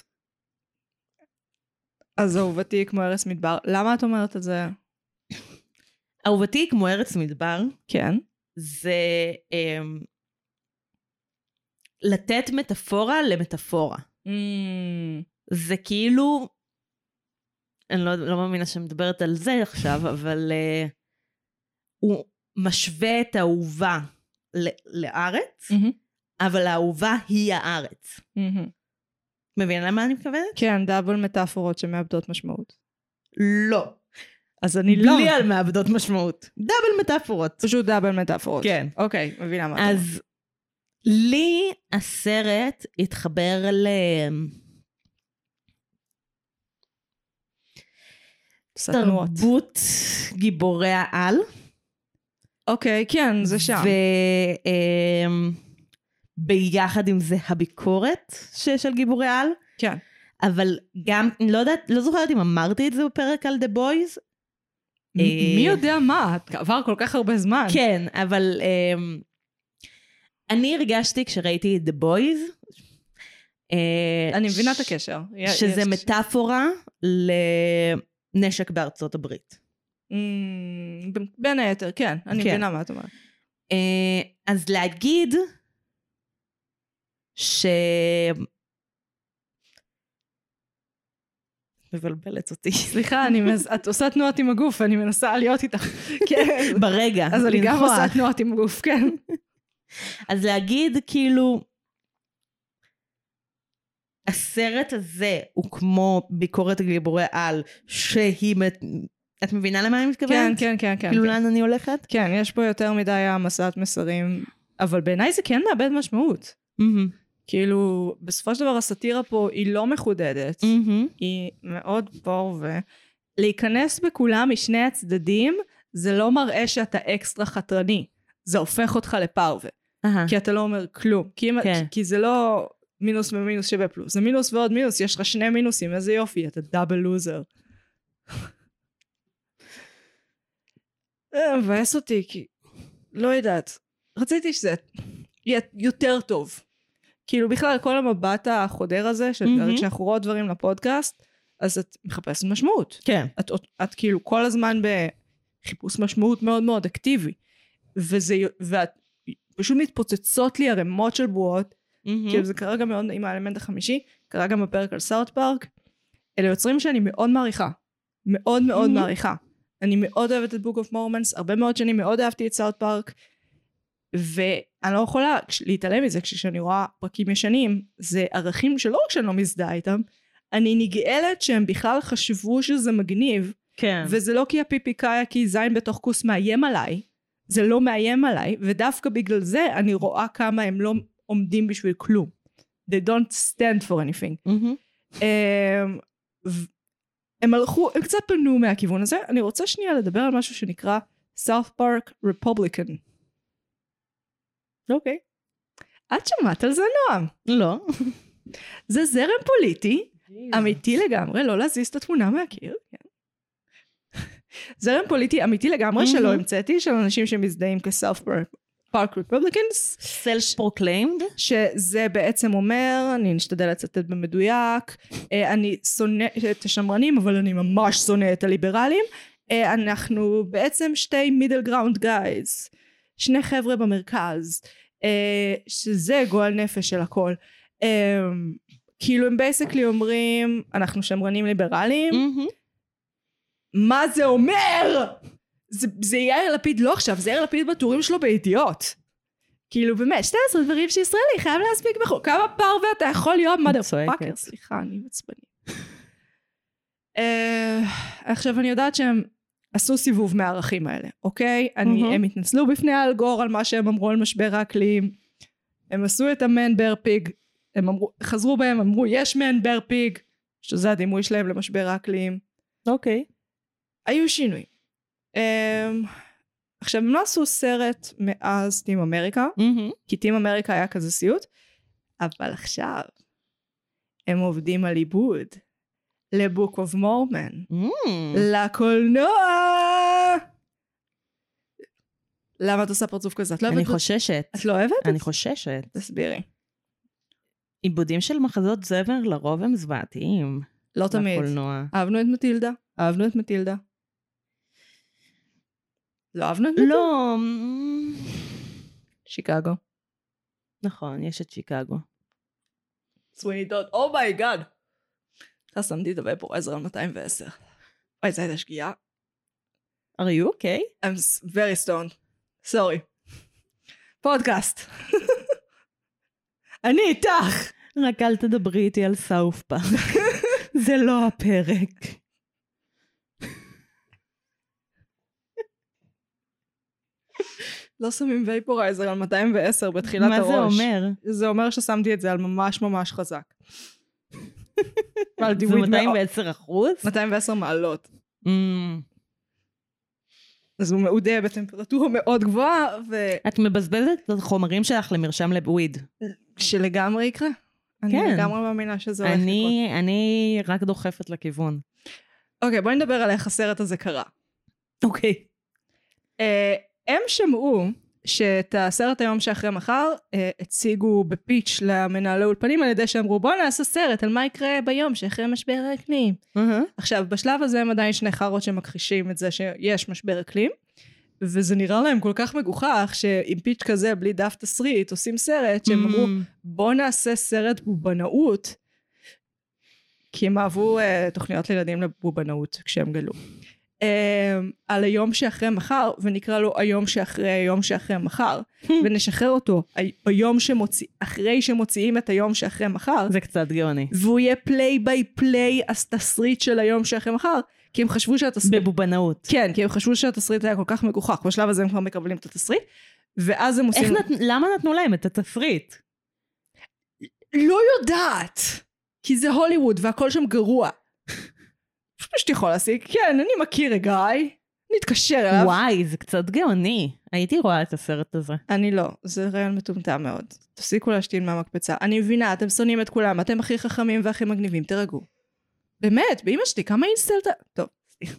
אז אהובתי כמו ארץ מדבר. למה את אומרת את זה? אהובתי כמו ארץ מדבר. כן. זה לתת מטאפורה למטאפורה. זה כאילו, אני לא מאמינה שמדברת על זה עכשיו, אבל הוא משווה את האהובה לארץ, אבל האהובה היא הארץ. מבינה למה אני מתכוונת? כן, דאבל מטאפורות שמאבדות משמעות. לא. אז אני לא. בלי על מאבדות משמעות. דאבל מטאפורות. פשוט דאבל מטאפורות. כן. אוקיי, מבינה מה. אז לי הסרט התחבר תרבות גיבורי העל. אוקיי, כן, זה שם. וביחד עם זה הביקורת של גיבורי העל. כן. אבל גם, לא זוכרת אם אמרתי את זה בפרק על The Boys. מי יודע מה? עבר כל כך הרבה זמן. כן, אבל אני הרגשתי כשראיתי The Boys, אני מבינה את הקשר. שזה מטאפורה לנשק בארצות הברית. בין היתר, כן. אני מבינה מה את אומרת. אז להגיד מבלבלת אותי. סליחה, את עושה תנועות עם הגוף, אני מנסה להיות איתך. כן. ברגע. אז אני גם עושה תנועות עם הגוף, כן. אז להגיד כאילו, הסרט הזה הוא כמו ביקורת גיבורי על, שהיא, את מבינה למה אני מתכוונת? כן, כן, כן. כאילו לאן אני הולכת? כן, יש פה יותר מדי מסעת מסרים, אבל בעיניי זה כן מאבד משמעות. כאילו, בסופו של דבר הסאטירה פה היא לא מחודדת, היא מאוד בור, ולהיכנס בכולם משני הצדדים, זה לא מראה שאתה אקסטרה חתרני, זה הופך אותך לפרווה, כי אתה לא אומר כלום, כי זה לא מינוס ומינוס שווה פלוס, זה מינוס ועוד מינוס, יש לך שני מינוסים, איזה יופי, אתה דאבל לוזר. מבאס אותי, כי לא יודעת, רציתי שזה יהיה יותר טוב. כאילו בכלל כל המבט החודר הזה, כשאנחנו רואות דברים לפודקאסט, אז את מחפשת משמעות. כן. את כאילו כל הזמן בחיפוש משמעות מאוד מאוד אקטיבי. ואת פשוט מתפוצצות לי הרמות של בועות, כאילו זה קרה גם מאוד עם האלמנט החמישי, קרה גם בפרק על סאוט פארק, אלה יוצרים שאני מאוד מעריכה. מאוד מאוד מעריכה. אני מאוד אוהבת את Book of Mormons, הרבה מאוד שנים מאוד אהבתי את סאוט פארק, ואני לא יכולה להתעלם מזה, כשאני רואה פרקים ישנים, זה ערכים שלא רק שאני לא מזדהה איתם, אני נגאלת שהם בכלל חשבו שזה מגניב, כן. וזה לא כי הפיפי קאיה כי זין בתוך כוס מאיים עליי, זה לא מאיים עליי, ודווקא בגלל זה אני רואה כמה הם לא עומדים בשביל כלום. They don't stand for anything. הם קצת פנו מהכיוון הזה. אני רוצה שנייה לדבר על משהו שנקרא South Park Republican. אוקיי. את שמעת על זה, נועם? לא. זה זרם פוליטי, אמיתי לגמרי, לא להזיז את התמונה מהקיר. זרם פוליטי אמיתי לגמרי שלא המצאתי, של אנשים שמזדהים כ-South Park Republicans. Self-proclaimed. שזה בעצם אומר, אני נשתדל לצטט במדויק, אני שונא את השמרנים, אבל אני ממש שונא את הליברלים. אנחנו בעצם שתי middle ground guys, שני חבר'ה במרכז, שזה גועל נפש של הכל. כאילו הם basically אומרים, אנחנו שמרנים ליברליים, מה זה אומר? זה יאיר לפיד לא עכשיו, זה יאיר לפיד בטורים שלו בידיעות. כאילו באמת, 12 דברים שישראלי חייב להספיק בחור. כמה פרווה אתה יכול להיות motherfucker? סליחה, אני מצבני. עכשיו אני יודעת שהם עשו סיבוב מהערכים האלה, אוקיי? הם התנצלו בפני אל גור על מה שהם אמרו על משבר האקלים. הם עשו את המן בר פיג. הם חזרו בהם, אמרו יש מן בר פיג, שזה הדימוי שלהם למשבר האקלים. אוקיי. היו שינויים. עכשיו הם לא עשו סרט מאז טים אמריקה, כי טים אמריקה היה כזה סיוט, אבל עכשיו הם עובדים על עיבוד לבוק אוף מורמן, לקולנוע. למה את עושה פרצוף כזה? אני חוששת. את לא אוהבת? אני חוששת. תסבירי. עיבודים של מחזות זמר לרוב הם זוועתיים. לא תמיד. אהבנו את מטילדה. אהבנו את מטילדה. לא אהבנו את מטילדה? לא. שיקגו. נכון, יש את שיקגו. סוויני דוד. אומייגאד. שמתי את הוופורייזר על 210. אוי, זה הייתה שגיאה. Are you okay? I'm very stoned. Sorry. פודקאסט. אני איתך. רק אל תדברי איתי על סאוף פארק. זה לא הפרק. לא שמים וייפורייזר על 210 בתחילת הראש. מה זה אומר? זה אומר ששמתי את זה על ממש ממש חזק. זה 210%? 210 מעלות. אז הוא מעודה בטמפרטורה מאוד גבוהה. את מבזבזת את החומרים שלך למרשם לוויד. שלגמרי יקרה. אני לגמרי מאמינה שזה הולך לקרות. אני רק דוחפת לכיוון. אוקיי, בואי נדבר על איך הסרט הזה קרה. אוקיי. הם שמעו שאת הסרט היום שאחרי מחר הציגו בפיץ' למנהלי אולפנים על ידי שאמרו בוא נעשה סרט על מה יקרה ביום שאחרי משבר האקלים. עכשיו בשלב הזה הם עדיין שני חרות שמכחישים את זה שיש משבר אקלים, וזה נראה להם כל כך מגוחך שעם פיץ' כזה בלי דף תסריט עושים סרט שהם אמרו בוא נעשה סרט בובנאות, כי הם אהבו תוכניות לילדים לבובנאות כשהם גלו. על היום שאחרי מחר, ונקרא לו היום שאחרי היום שאחרי מחר, ונשחרר אותו היום אחרי שמוציאים את היום שאחרי מחר. זה קצת גאוני. והוא יהיה פליי ביי פליי התסריט של היום שאחרי מחר, כי הם חשבו שהתסריט... בבובנאות. כן, כי הם חשבו שהתסריט היה כל כך מגוחך, בשלב הזה הם כבר מקבלים את התסריט, ואז הם עושים... למה נתנו להם את התסריט? לא יודעת, כי זה הוליווד והכל שם גרוע. פשוט יכול להסיק, כן, אני מכיר גיא, נתקשר אליו. וואי, זה קצת גאוני. הייתי רואה את הסרט הזה. אני לא, זה רעיון מטומטם מאוד. תפסיקו להשתין מהמקפצה. אני מבינה, אתם שונאים את כולם, אתם הכי חכמים והכי מגניבים, תרגעו. באמת, באמא שלי, כמה אינסטלת... טוב, סליחה.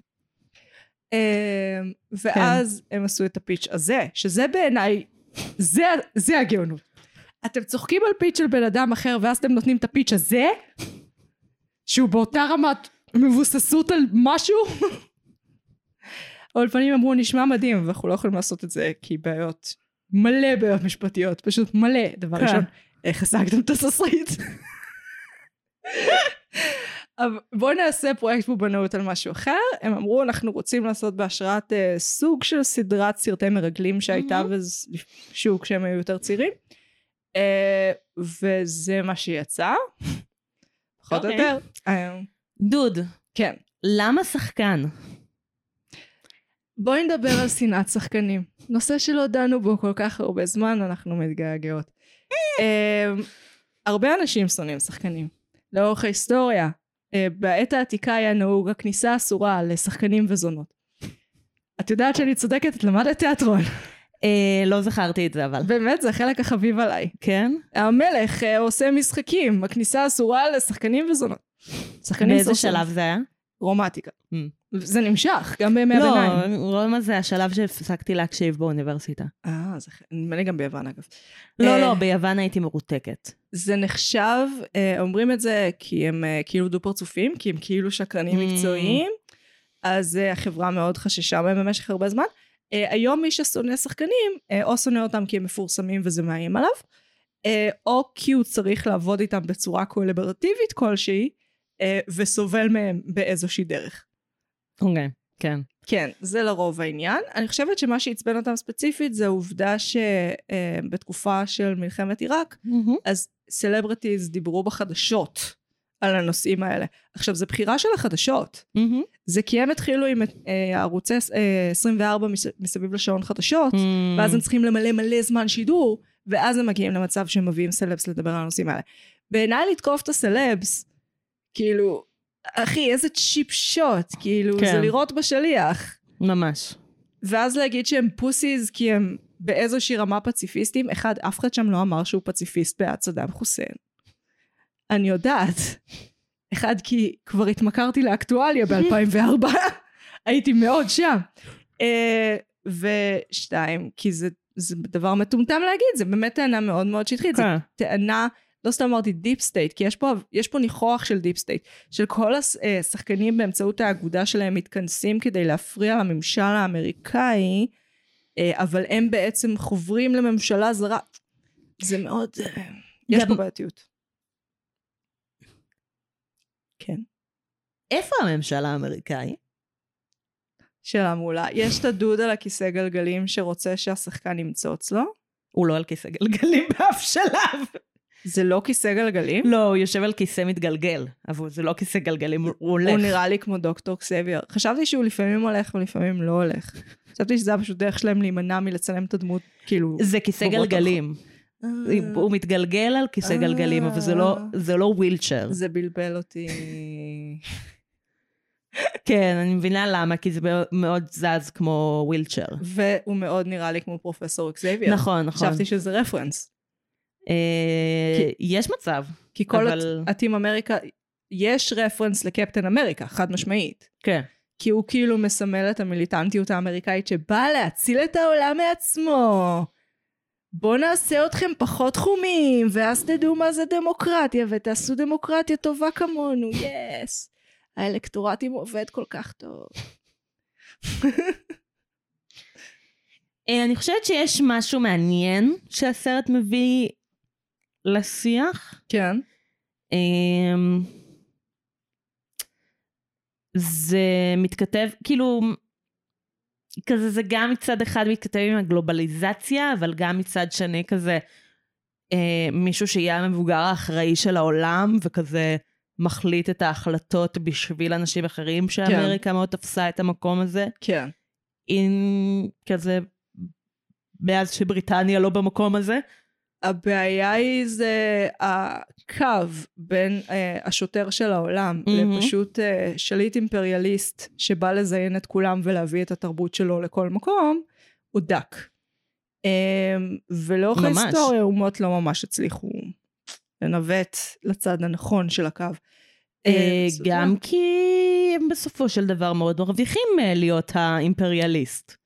ואז הם עשו את הפיץ' הזה, שזה בעיניי, זה הגאונות. אתם צוחקים על פיץ' של בן אדם אחר, ואז אתם נותנים את הפיץ' הזה, שהוא באותה רמת... מבוססות על משהו. האולפנים אמרו נשמע מדהים, ואנחנו לא יכולים לעשות את זה כי בעיות, מלא בעיות משפטיות, פשוט מלא. דבר ראשון, איך השגתם את התסריט? בואו נעשה פרויקט בובנאות על משהו אחר. הם אמרו, אנחנו רוצים לעשות בהשראת סוג של סדרת סרטי מרגלים שהייתה בשוק כשהם היו יותר צעירים. וזה מה שיצא. פחות או יותר. דוד. כן. למה שחקן? בואי נדבר על שנאת שחקנים. נושא שלא דנו בו כל כך הרבה זמן, אנחנו מתגעגעות. הרבה אנשים שונאים שחקנים. לאורך ההיסטוריה, בעת העתיקה היה נהוג הכניסה אסורה לשחקנים וזונות. את יודעת שאני צודקת, את למדת תיאטרון. לא זכרתי את זה אבל. באמת, זה חלק החביב עליי. כן? המלך עושה משחקים, הכניסה אסורה לשחקנים וזונות. באיזה שלב זה היה? רומנטיקה. זה נמשך, גם בימי הביניים. לא, רומא זה השלב שהפסקתי להקשיב באוניברסיטה. זה נדמה לי גם ביוון אגב. לא, ביוון הייתי מרותקת. זה נחשב, אומרים את זה כי הם כאילו דו פרצופים, כי הם כאילו שקרנים מקצועיים, אז החברה מאוד חששה מהם במשך הרבה זמן. היום מי ששונא שחקנים, או שונא אותם כי הם מפורסמים וזה מאיים עליו, או כי הוא צריך לעבוד איתם בצורה קולברטיבית כלשהי, וסובל מהם באיזושהי דרך. אוקיי, כן. כן, זה לרוב העניין. אני חושבת שמה שעצבן אותם ספציפית, זה העובדה שבתקופה של מלחמת עיראק, אז סלבריטיז דיברו בחדשות על הנושאים האלה. עכשיו, זה בחירה של החדשות. זה כי הם התחילו עם ערוצי 24 מסביב לשעון חדשות, ואז הם צריכים למלא מלא זמן שידור, ואז הם מגיעים למצב שהם מביאים סלבס לדבר על הנושאים האלה. בעיניי לתקוף את הסלבס, כאילו, אחי, איזה צ'יפ שוט, כאילו, זה לראות בשליח. ממש. ואז להגיד שהם פוסיז, כי הם באיזושהי רמה פציפיסטים, אף אחד שם לא אמר שהוא פציפיסט בעד סדאם חוסיין. אני יודעת. אחד, כי כבר התמכרתי לאקטואליה ב-2004, הייתי מאוד שם. ושתיים, כי זה דבר מטומטם להגיד, זה באמת טענה מאוד מאוד שטחית, זה טענה, לא סתם אמרתי דיפ סטייט, כי יש פה ניחוח של דיפ סטייט, של כל השחקנים באמצעות האגודה שלהם מתכנסים כדי להפריע לממשל האמריקאי, אבל הם בעצם חוברים לממשלה זרה. זה מאוד, יש פה בעייתיות. כן. איפה הממשל האמריקאי? שאלה מעולה. יש את הדוד על הכיסא גלגלים שרוצה שהשחקן ימצוץ לו? הוא לא על כיסא גלגלים באף שלב. זה לא כיסא גלגלים? לא, הוא יושב על כיסא מתגלגל, אבל זה לא כיסא גלגלים, הוא הולך. הוא נראה לי כמו דוקטור קסבייר. חשבתי שהוא לפעמים הולך ולפעמים לא הולך. חשבתי שזה היה פשוט דרך שלהם להימנע מלצלם את הדמות, כאילו... זה כיסא גלגלים. הוא מתגלגל על כיסא גלגלים, אבל זה לא ווילצ'ר. זה בלבל אותי. כן, אני מבינה למה, כי זה מאוד זז כמו ווילצ'ר. והוא מאוד נראה לי כמו פרופסור קסבייר. נכון, נכון. חשבתי שזה רפרנס. יש מצב. כי כל הטים אמריקה, יש רפרנס לקפטן אמריקה, חד משמעית. כן. כי הוא כאילו מסמל את המיליטנטיות האמריקאית שבאה להציל את העולם מעצמו. בואו נעשה אתכם פחות חומים, ואז תדעו מה זה דמוקרטיה, ותעשו דמוקרטיה טובה כמונו, יס. האלקטורטים עובד כל כך טוב. אני חושבת שיש משהו מעניין שהסרט מביא לשיח. כן. זה מתכתב, כאילו, כזה זה גם מצד אחד מתכתב עם הגלובליזציה, אבל גם מצד שני כזה, מישהו שיהיה המבוגר האחראי של העולם, וכזה מחליט את ההחלטות בשביל אנשים אחרים, שאמריקה מאוד תפסה את המקום הזה. כן. כזה, מאז שבריטניה לא במקום הזה. הבעיה היא זה הקו בין השוטר של העולם לפשוט שליט אימפריאליסט שבא לזיין את כולם ולהביא את התרבות שלו לכל מקום, הוא דק. ולאורך ההיסטוריה אומות לא ממש הצליחו לנווט לצד הנכון של הקו. גם כי הם בסופו של דבר מאוד מרוויחים להיות האימפריאליסט.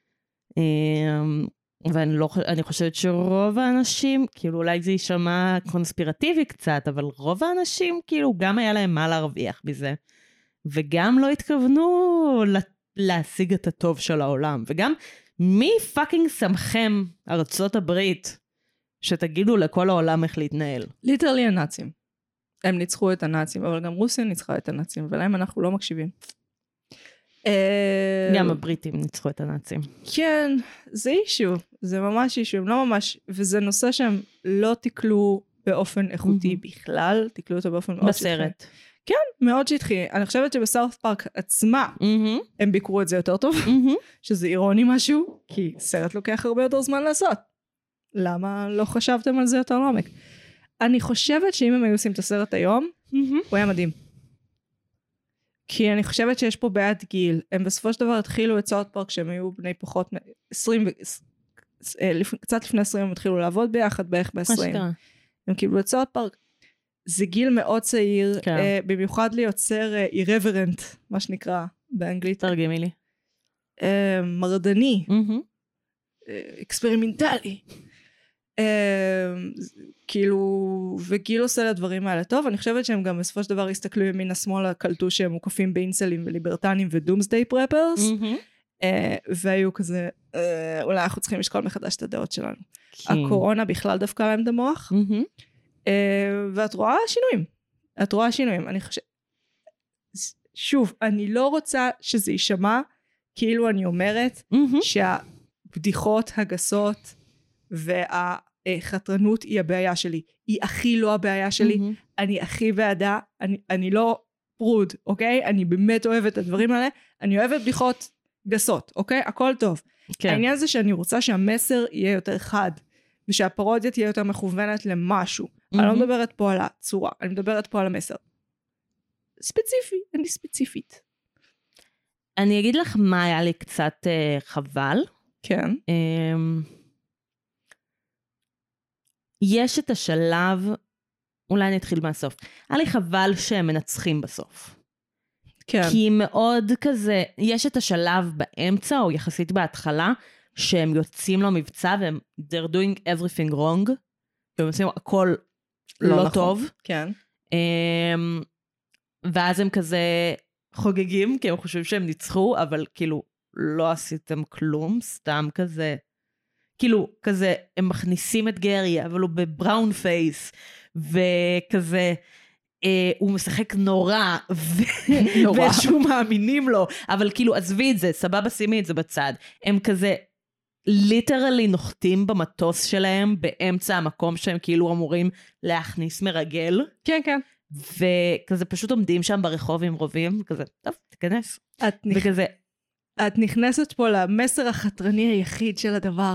ואני חושבת שרוב האנשים, כאילו אולי זה יישמע קונספירטיבי קצת, אבל רוב האנשים כאילו גם היה להם מה להרוויח בזה. וגם לא התכוונו להשיג את הטוב של העולם. וגם מי פאקינג שמכם ארצות הברית שתגידו לכל העולם איך להתנהל? ליטרלי הנאצים. הם ניצחו את הנאצים, אבל גם רוסיה ניצחה את הנאצים, ולהם אנחנו לא מקשיבים. גם הבריטים ניצחו את הנאצים. כן, זה אישו, זה ממש אישו, הם לא ממש, וזה נושא שהם לא תקלו באופן איכותי בכלל, תקלו אותו באופן מאוד שטחי. בסרט. כן, מאוד שטחי. אני חושבת שבסאות' פארק עצמה, הם ביקרו את זה יותר טוב, שזה אירוני משהו, כי סרט לוקח הרבה יותר זמן לעשות. למה לא חשבתם על זה יותר לעומק? אני חושבת שאם הם היו עושים את הסרט היום, הוא היה מדהים. כי אני חושבת שיש פה בעיית גיל. הם בסופו של דבר התחילו את סאות' פארק שהם היו בני פחות 20, קצת לפני 20 הם התחילו לעבוד ביחד בערך ב-20. הם קיבלו את סאות' פארק. זה גיל מאוד צעיר, במיוחד ליוצר irreverent, מה שנקרא באנגלית. תרגמי לי. מרדני, אקספרימנטלי. כאילו, וגיל עושה לדברים האלה טוב, אני חושבת שהם גם בסופו של דבר הסתכלו ימין השמאל, קלטו שהם מוקפים באינסלים וליברטנים ודומסדיי פרפרס, והיו כזה, אולי אנחנו צריכים לשקול מחדש את הדעות שלנו. הקורונה בכלל דווקא להם את המוח, ואת רואה שינויים. את רואה שינויים. אני חושב... שוב, אני לא רוצה שזה יישמע, כאילו אני אומרת, שהבדיחות הגסות והחתרנות היא הבעיה שלי. היא הכי לא הבעיה שלי. אני הכי בעדה. אני לא פרוד, אוקיי? אני באמת אוהבת את הדברים האלה. אני אוהבת בדיחות גסות, אוקיי? הכל טוב. העניין זה שאני רוצה שהמסר יהיה יותר חד, ושהפרודיה תהיה יותר מכוונת למשהו. אני לא מדברת פה על הצורה, אני מדברת פה על המסר. ספציפי, אני ספציפית. אני אגיד לך מה היה לי קצת חבל. כן. יש את השלב, אולי נתחיל מהסוף. היה לי חבל שהם מנצחים בסוף. כן. כי מאוד כזה, יש את השלב באמצע, או יחסית בהתחלה, שהם יוצאים לו מבצע, והם they're doing everything wrong, והם עושים הכל לא טוב. כן. ואז הם כזה חוגגים, כי הם חושבים שהם ניצחו, אבל כאילו לא עשיתם כלום, סתם כזה, כאילו כזה, הם מכניסים את גרי, אבל הוא בבראון פייס, וכזה, הוא משחק נורא, ושהוא מאמינים לו, אבל כאילו עזבי את זה, סבבה שימי את זה בצד, הם כזה, ליטרלי נוחתים במטוס שלהם, באמצע המקום שהם כאילו אמורים להכניס מרגל. כן, כן. וכזה פשוט עומדים שם ברחוב עם רובים, כזה, טוב, תיכנס. וכזה... את נכנסת פה למסר החתרני היחיד של הדבר,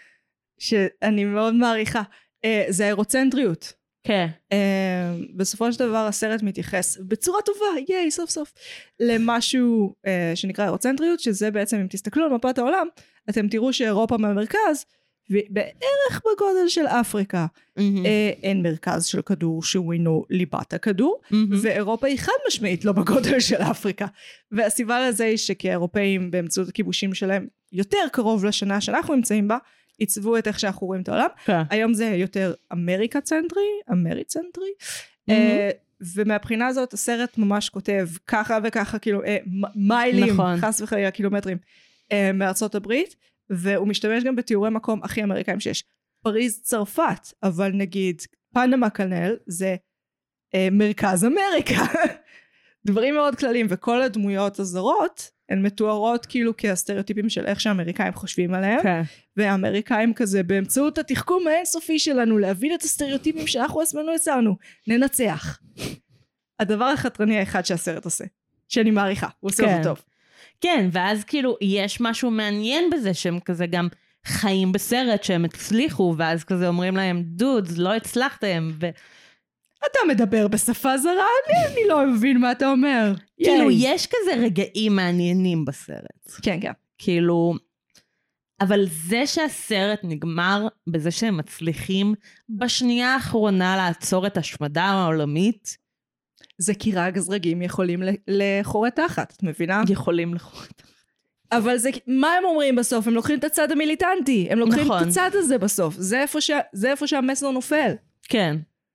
שאני מאוד מעריכה. זה האירוצנטריות. כן. בסופו של דבר הסרט מתייחס בצורה טובה, ייי, סוף סוף, למשהו שנקרא אירוצנטריות, שזה בעצם, אם תסתכלו על מפת העולם, אתם תראו שאירופה מהמרכז, ובערך בגודל של אפריקה, אין מרכז של כדור שהוא אינו ליבת הכדור, ואירופה היא חד משמעית לא בגודל של אפריקה. והסיבה לזה היא שכאירופאים באמצעות הכיבושים שלהם, יותר קרוב לשנה שאנחנו נמצאים בה, עיצבו את איך שאנחנו רואים את העולם. היום זה יותר אמריקה-צנטרי, אמרי-צנטרי, ומהבחינה הזאת הסרט ממש כותב ככה וככה, כאילו מיילים, חס וחלילה קילומטרים, מארצות הברית, והוא משתמש גם בתיאורי מקום הכי אמריקאים שיש. פריז צרפת, אבל נגיד פנמה קנל זה מרכז אמריקה. דברים מאוד כלליים, וכל הדמויות הזרות הן מתוארות כאילו כהסטריאוטיפים של איך שהאמריקאים חושבים עליהם, והאמריקאים כזה באמצעות התחכום האינסופי שלנו להבין את הסטריאוטיפים שאנחנו עצמנו יצרנו, ננצח. הדבר החתרני האחד שהסרט עושה, שאני מעריכה, הוא עושה אותו טוב. כן, ואז כאילו יש משהו מעניין בזה שהם כזה גם חיים בסרט שהם הצליחו, ואז כזה אומרים להם, דוד, לא הצלחתם, אתה מדבר בשפה זרה, אני לא מבין מה אתה אומר. כאילו, יש כזה רגעים מעניינים בסרט. כן, כן. כאילו, אבל זה שהסרט נגמר בזה שהם מצליחים בשנייה האחרונה לעצור את השמדה העולמית, זה כי רק זרגים יכולים לחורת תחת, את מבינה? יכולים לחורת תחת. אבל זה, מה הם אומרים בסוף? הם לוקחים את הצד המיליטנטי, הם לוקחים את הצד הזה בסוף, זה איפה שהמסר נופל. כן.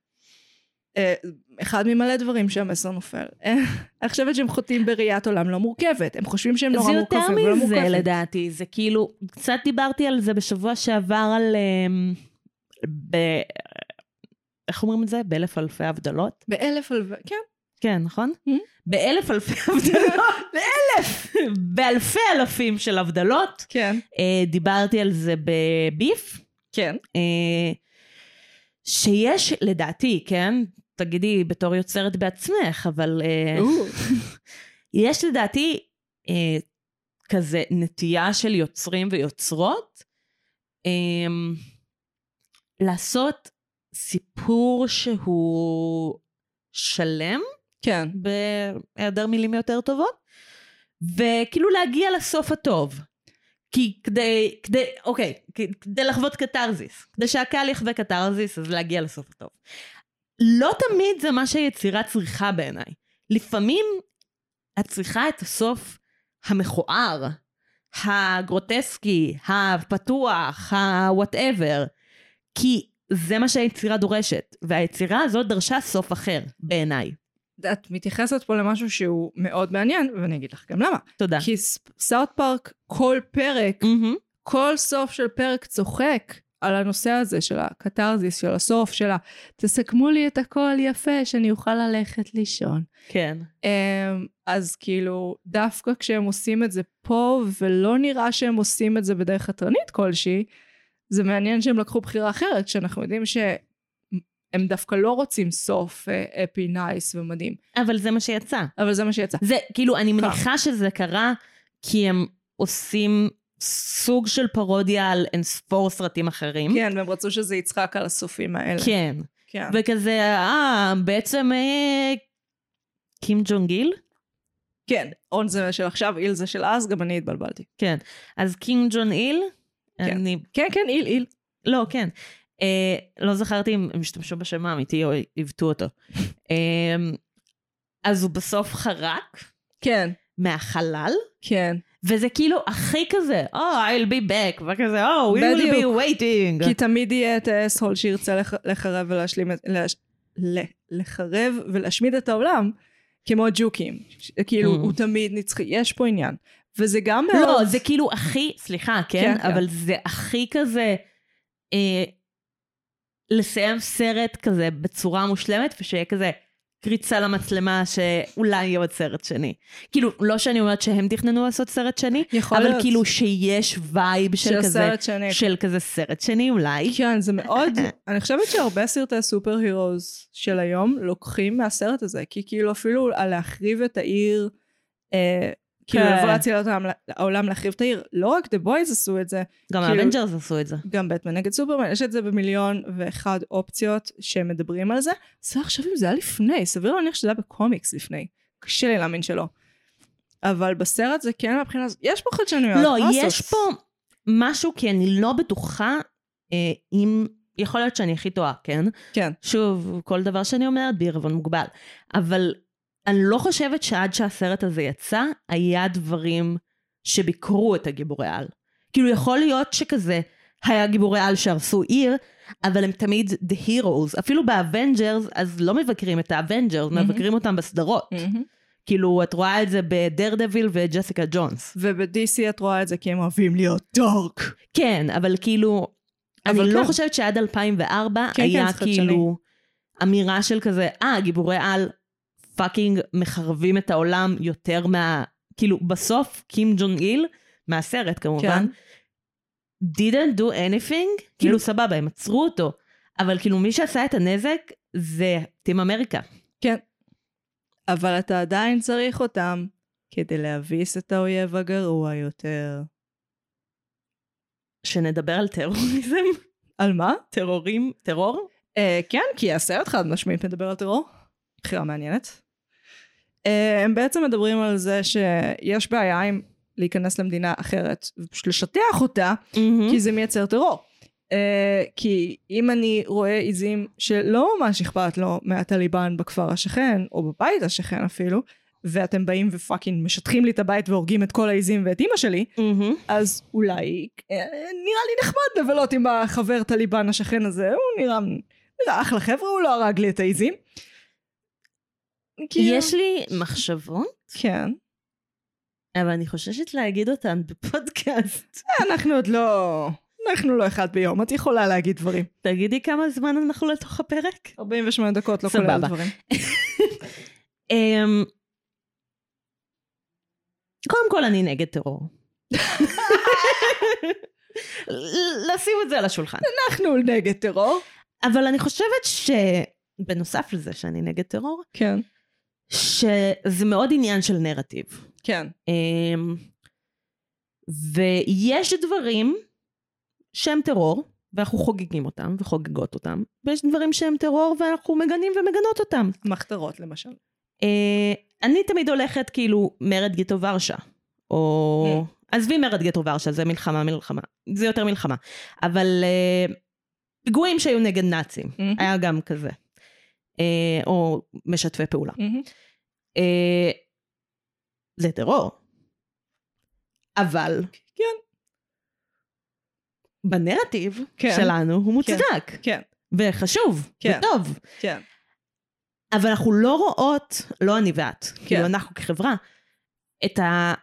אחד ממלא דברים שהמסר נופל. אני חושבת שהם חוטאים בראיית עולם לא מורכבת, הם חושבים שהם נורא מורכבים ולא מורכבים. זה יותר מזה לדעתי, זה כאילו, קצת דיברתי על זה בשבוע שעבר על, איך אומרים את זה? באלף אלפי הבדלות? כן. כן, נכון? באלף אלפי הבדלות. באלפי אלפים של הבדלות. כן. דיברתי על זה בביף. כן. שיש, לדעתי, כן? תגידי, בתור יוצרת בעצמך, אבל יש לדעתי כזה נטייה של יוצרים ויוצרות, לעשות סיפור שהוא שלם, כן. בהיעדר מילים יותר טובות, וכאילו להגיע לסוף הטוב. כי כדי לחוות קטרזיס, כדי שהקהל יחווה קטרזיס, אז להגיע לסוף הטוב. לא תמיד זה מה שהיצירה צריכה בעיניי. לפעמים את צריכה את הסוף המכוער, הגרוטסקי, הפתוח, ה-whatever, כי זה מה שהיצירה דורשת, והיצירה הזאת דרשה סוף אחר בעיניי. את מתייחסת פה למשהו שהוא מאוד מעניין, ואני אגיד לך גם למה. תודה. כי סאוט פארק, כל פרק, כל סוף של פרק צוחק על הנושא הזה של הקטרזיס, של הסוף, של תסכמו לי את הכל יפה, שאני אוכל ללכת לישון. כן. אז כאילו, דווקא כשהם עושים את זה פה, ולא נראה שהם עושים את זה בדרך חתרנית כלשהי, זה מעניין שהם לקחו בחירה אחרת, שאנחנו יודעים שהם דווקא לא רוצים סוף אפי, נייס ומדהים. אבל זה מה שיצא. זה, כאילו, אני מניחה שזה קרה, כי הם עושים סוג של פרודיה על אינספור סרטים אחרים. כן, והם רצו שזה יצחק על הסופים האלה. כן. וכזה, בעצם קים ג'ונג איל? כן, און זה של עכשיו, איל זה של אז, גם אני התבלבלתי. כן, אז קים ג'ונג איל, כן, איל. לא, כן. לא זכרתי אם הם השתמשו בשם האמיתי או הבטו אותו. אז הוא בסוף חרק. כן. מהחלל. כן. וזה כאילו הכי כזה, I'll be back, וכזה, we will be waiting. כי תמיד יהיה את האסהול שירצה לחרב ולהשלים, לחרב ולהשמיד את העולם, כמו ג'וקים. כאילו, הוא תמיד נצחי. יש פה עניין. וזה גם מאוד... לא, זה כאילו הכי, סליחה, כן? אבל זה הכי כזה, לסיים סרט כזה בצורה מושלמת, ושיהיה כזה קריצה למצלמה שאולי יהיה עוד סרט שני. כאילו, לא שאני אומרת שהם תכננו לעשות סרט שני, אבל כאילו שיש וייב של כזה, של כזה סרט שני אולי. כן, זה מאוד, אני חושבת שהרבה סרטי סופר הירוז של היום לוקחים מהסרט הזה, כי כאילו אפילו על להחריב את העיר, כאילו לבוא להציל העולם להחריב את העיר, לא רק The Boys עשו את זה. גם האבנג'רס עשו את זה. גם בטמן נגד סופרמן, יש את זה במיליון ואחד אופציות שהם מדברים על זה. זה עכשיו אם זה היה לפני, סביר להניח שזה היה בקומיקס לפני. קשה לי להאמין שלא. אבל בסרט זה כן מבחינה, יש פה חדשנויות. לא, יש פה משהו, כי אני לא בטוחה, אם, יכול להיות שאני הכי טועה, כן? כן. שוב, כל דבר שאני אומרת, בעירבון מוגבל. אבל אני לא חושבת שעד שהסרט הזה יצא, היה דברים שביקרו את הגיבורי על. כאילו יכול להיות שכזה, היה גיבורי על שהרסו עיר, אבל הם תמיד the heroes. אפילו באבנג'רס, אז לא מבקרים את האבנג'רס, מבקרים אותם בסדרות. כאילו, את רואה את זה בדרדוויל וג'סיקה ג'ונס. וב-DC את רואה את זה כי הם אוהבים להיות דארק. כן, אבל כאילו, אני לא חושבת שעד 2004 היה כאילו אמירה של כזה, גיבורי על פאקינג מחרבים את העולם יותר כאילו בסוף, קים ג'ונג איל, מהסרט כמובן, didn't do anything, כאילו סבבה, הם עצרו אותו, אבל כאילו מי שעשה את הנזק זה טים אמריקה. כן. אבל אתה עדיין צריך אותם כדי להביס את האויב הגרוע יותר. שנדבר על טרוריזם? על מה? טרור? כן, כי הסרט חד משמעית מדבר על טרור. בחירה מעניינת. הם בעצם מדברים על זה שיש בעיה עם להיכנס למדינה אחרת, ופשוט לשטח אותה, כי זה מייצר טרור. כי אם אני רואה עיזים שלא ממש אכפת לו מהטליבן בכפר השכן, או בבית השכן אפילו, ואתם באים ופאקינג משטחים לי את הבית והורגים את כל העיזים ואת אמא שלי, אז אולי נראה לי נחמד לבלות עם החבר טליבן השכן הזה, הוא נראה אחלה חבר'ה, הוא לא הרג לי את העיזים. יש לי מחשבות. כן. אבל אני חוששת להגיד אותן בפודקאסט. אנחנו עוד לא אנחנו לא אחד ביום, את יכולה להגיד דברים. תגידי כמה זמן אנחנו לתוך הפרק? 48 דקות, לא כולל דברים. קודם כל אני נגד טרור. לשים את זה על השולחן. אנחנו נגד טרור. אבל אני חושבת שבנוסף לזה שאני נגד טרור, כן. שזה מאוד עניין של נרטיב. כן. ויש דברים שהם טרור, ואנחנו חוגגים אותם וחוגגות אותם, ויש דברים שהם טרור ואנחנו מגנים ומגנות אותם. מחתרות למשל. אני תמיד הולכת כאילו מרד גטו ורשה, או... עזבי מרד גטו ורשה, זה מלחמה, זה יותר מלחמה. אבל פיגועים שהיו נגד נאצים, היה גם כזה. או משתפי פעולה. זה טרור. אבל... כן. בנרטיב שלנו הוא מוצדק. כן. וחשוב. וטוב. כן. אבל אנחנו לא רואות, לא אני ואת, כאילו אנחנו כחברה, את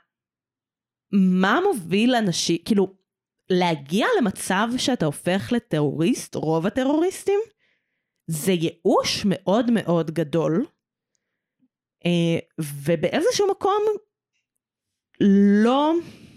מה מוביל אנשים, כאילו, להגיע למצב שאתה הופך לטרוריסט, רוב הטרוריסטים, זה ייאוש מאוד מאוד גדול, ובאיזשהו מקום, לא,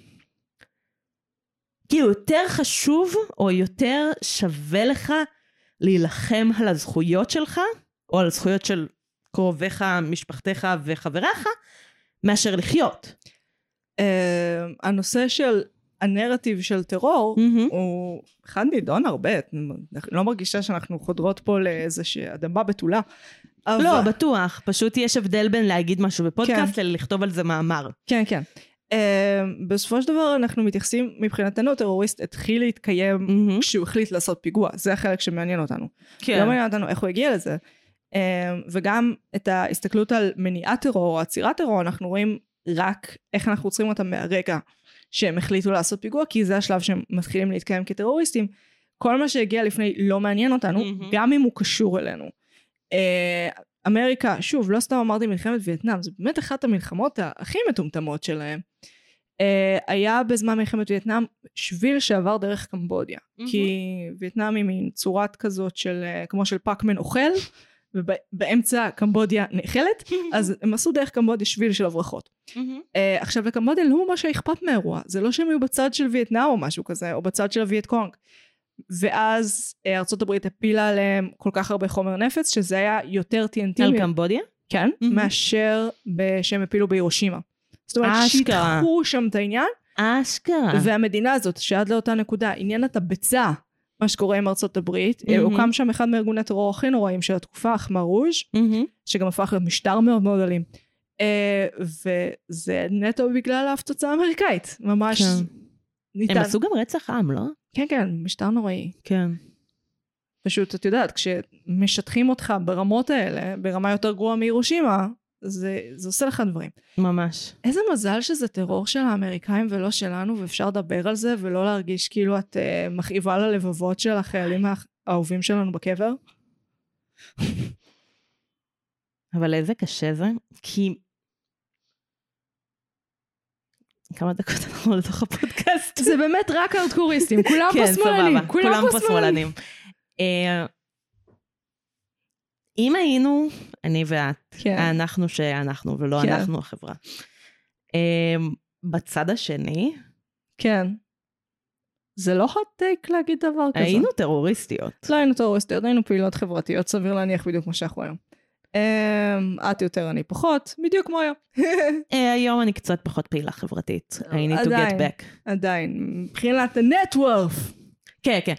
כאילו יותר חשוב, או יותר שווה לך, להילחם על הזכויות שלך, או על הזכויות של קרוביך, משפחתך וחבריך, מאשר לחיות. הנושא של הנרטיב של טרור, הוא אחד נידון הרבה, לא מרגישה שאנחנו חודרות פה לאיזושהי אדמה בתולה. לא, בטוח, פשוט יש הבדל בין להגיד משהו בפודקאסט, לכתוב על זה מאמר. כן, כן. בסופו של דבר אנחנו מתייחסים, מבחינתנו טרוריסט התחיל להתקיים כשהוא החליט לעשות פיגוע, זה החלק שמעניין אותנו. לא מעניין אותנו איך הוא הגיע לזה, וגם את ההסתכלות על מניעת טרור או עצירת טרור, אנחנו רואים רק איך אנחנו עוצרים אותם מהרגע שהם החליטו לעשות פיגוע, כי זה השלב שהם מתחילים להתקיים כטרוריסטים. כל מה שהגיע לפני לא מעניין אותנו, גם אם הוא קשור אלינו. אמריקה, שוב, לא סתם אמרתי מלחמת וייטנאם, זה באמת אחת המלחמות הכי מטומטמות שלהם. היה בזמן מלחמת וייטנאם שביל שעבר דרך קמבודיה, כי וייטנאם היא מין צורת כזאת של, כמו של פאקמן אוכל, ובאמצע קמבודיה נאכלת, אז הם עשו דרך קמבודיה שביל של הברחות. עכשיו לקמבודיה לא ממש אכפת מהאירוע, זה לא שהם היו בצד של וייטנאם או משהו כזה, או בצד של הווייט קונג. ואז ארצות הברית הפילה עליהם כל כך הרבה חומר נפץ, שזה היה יותר TNT. על קמבודיה? כן, מאשר שהם הפילו בהירושימה. זאת אומרת, שיתחו שם את העניין. אשכרה. והמדינה הזאת, שעד לאותה נקודה, עניינת הביצה, מה שקורה עם ארצות הברית, הוקם שם אחד מארגוני הטרור הכי נוראים של התקופה, החמרוז', שגם הפך להיות משטר מאוד מאוד אלים. וזה נטו בגלל ההפצצה האמריקאית. ממש ניתן. הם עשו גם רצח עם, לא? כן, כן, משטר נוראי. כן. פשוט, את יודעת, כשמשטחים אותך ברמות האלה, ברמה יותר גרועה מהירושימה, זה עושה לך דברים. ממש. איזה מזל שזה טרור של האמריקאים ולא שלנו, ואפשר לדבר על זה, ולא להרגיש כאילו את מכאיבה ללבבות של החיילים האהובים שלנו בקבר. אבל איזה קשה זה, כי... כמה דקות אנחנו לתוך הפודקאסט. זה באמת רק ארדקוריסטים, כולם פה שמאלנים. כולם פה שמאלנים. אם היינו, אני ואת, אנחנו שאנחנו ולא אנחנו החברה, בצד השני, כן, זה לא hot take להגיד דבר כזה. היינו טרוריסטיות. לא היינו טרוריסטיות, היינו פעילות חברתיות, סביר להניח בדיוק כמו שאנחנו היום. את יותר, אני פחות, בדיוק כמו היום. היום אני קצת פחות פעילה חברתית. I need to get back. עדיין, מבחינת ה-net worth. כן, כן.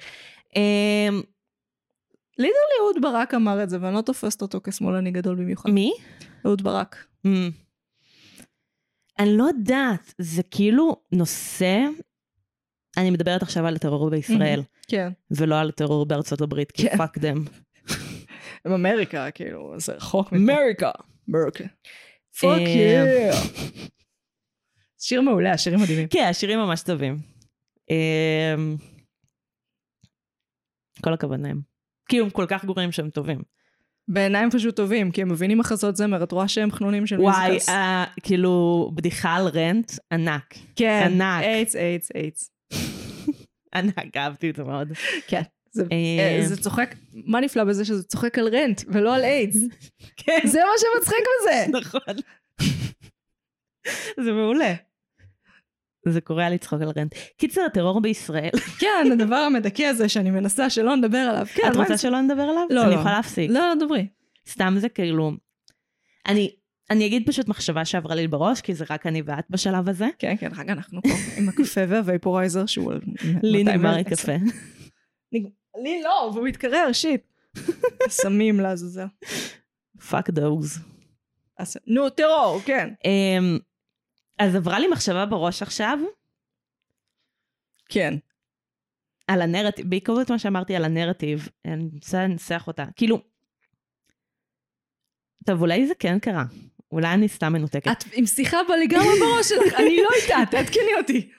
לידר אהוד ברק אמר את זה, ואני לא תופסת אותו כשמאלני גדול במיוחד. מי? אהוד ברק. אני לא יודעת, זה כאילו נושא, אני מדברת עכשיו על הטרור בישראל. כן. ולא על הטרור בארצות הברית, כי fuck them. עם אמריקה, כאילו, זה רחוק אמריקה. אמריקה. פאק יא. שיר מעולה, השירים מדהימים. כן, השירים ממש טובים. כל הכבוד להם. כאילו, הם כל כך גרועים שהם טובים. בעיניים פשוט טובים, כי הם מבינים מחזות זמר, את רואה שהם חנונים של מיזיקס. וואי, כאילו, בדיחה על רנט, ענק. כן, ענק. אייץ. ענק, אהבתי את זה מאוד. כן. זה צוחק, מה נפלא בזה שזה צוחק על רנט ולא על איידס? כן. זה מה שמצחיק בזה. נכון. זה מעולה. זה קורא לי צחוק על רנט. קיצר, הטרור בישראל. כן, הדבר המדכא הזה שאני מנסה שלא נדבר עליו. את רוצה שלא נדבר עליו? לא. אני יכולה להפסיק. לא, דברי. סתם זה כאילו... אני אגיד פשוט מחשבה שעברה לי בראש, כי זה רק אני ואת בשלב הזה. כן, רק אנחנו פה עם הקפה והוויפורייזר שהוא... לי נגמר הקפה. לי לא, והוא מתקרר, שיט. שמים לעזאזל. fuck those. נו, טרור, כן. אז עברה לי מחשבה בראש עכשיו. כן. על הנרטיב, בעקבות מה שאמרתי על הנרטיב, אני רוצה לנסח אותה. כאילו, טוב, אולי זה כן קרה. אולי אני סתם מנותקת. את עם שיחה בלגמרי בראש שלך, אני לא איתה, תעדכני אותי.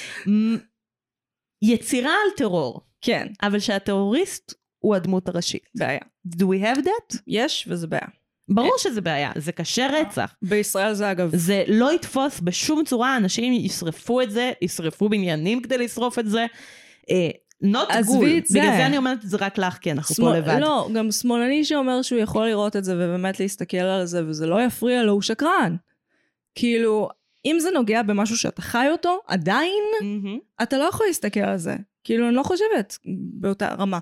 יצירה על טרור. כן. אבל שהטרוריסט הוא הדמות הראשית. בעיה. Do we have that? יש, וזה בעיה. ברור שזה בעיה, זה קשה רצח. בישראל זה אגב. זה לא יתפוס בשום צורה, אנשים ישרפו את זה, ישרפו בניינים כדי לשרוף את זה. not good. בגלל זה אני אומרת את זה רק לך, כי אנחנו פה לבד. לא, גם שמאלני שאומר שהוא יכול לראות את זה ובאמת להסתכל על זה, וזה לא יפריע לו, הוא שקרן. כאילו, אם זה נוגע במשהו שאתה חי אותו, עדיין, אתה לא יכול להסתכל על זה. כאילו, אני לא חושבת באותה רמה.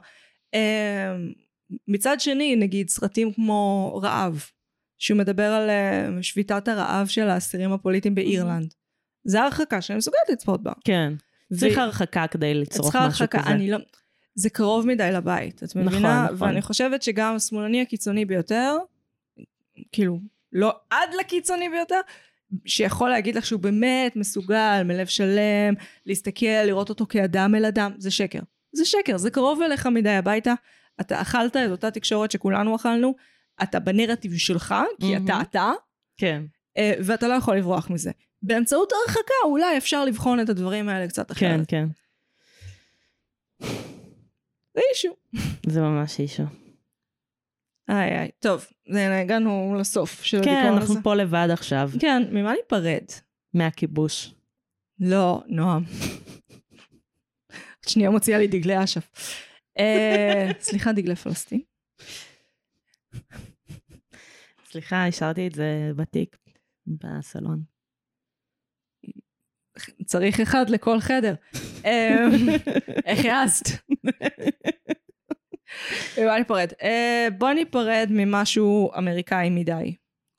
מצד שני, נגיד, סרטים כמו רעב, שהוא מדבר על שביתת הרעב של האסירים הפוליטיים באירלנד. זה הרחקה שאני מסוגלת לצפות בה. כן. צריך הרחקה כדי לצרוך משהו כזה. זה קרוב מדי לבית, את מבינה? ואני חושבת שגם השמאלני הקיצוני ביותר, כאילו, לא עד לקיצוני ביותר, שיכול להגיד לך שהוא באמת מסוגל, מלב שלם, להסתכל, לראות אותו כאדם אל אדם, זה שקר. זה שקר, זה קרוב אליך מדי הביתה, אתה אכלת את אותה תקשורת שכולנו אכלנו, אתה בנרטיב שלך, כי אתה, כן. ואתה לא יכול לברוח מזה. באמצעות הרחקה, אולי אפשר לבחון את הדברים האלה קצת אחרת. כן, כן. זה אישו. זה ממש אישו. איי, טוב, הגענו לסוף של הדיכאון הזה. כן, אנחנו פה לבד עכשיו. כן, ממה ניפרד? מהכיבוש. לא, נועם. שנייה מוציאה לי דגלי אשף. סליחה, דגלי פלסטין. סליחה, השארתי את זה בתיק, בסלון. צריך אחד לכל חדר. איך יעזת? בוא ניפרד. בוא ניפרד ממשהו אמריקאי מדי.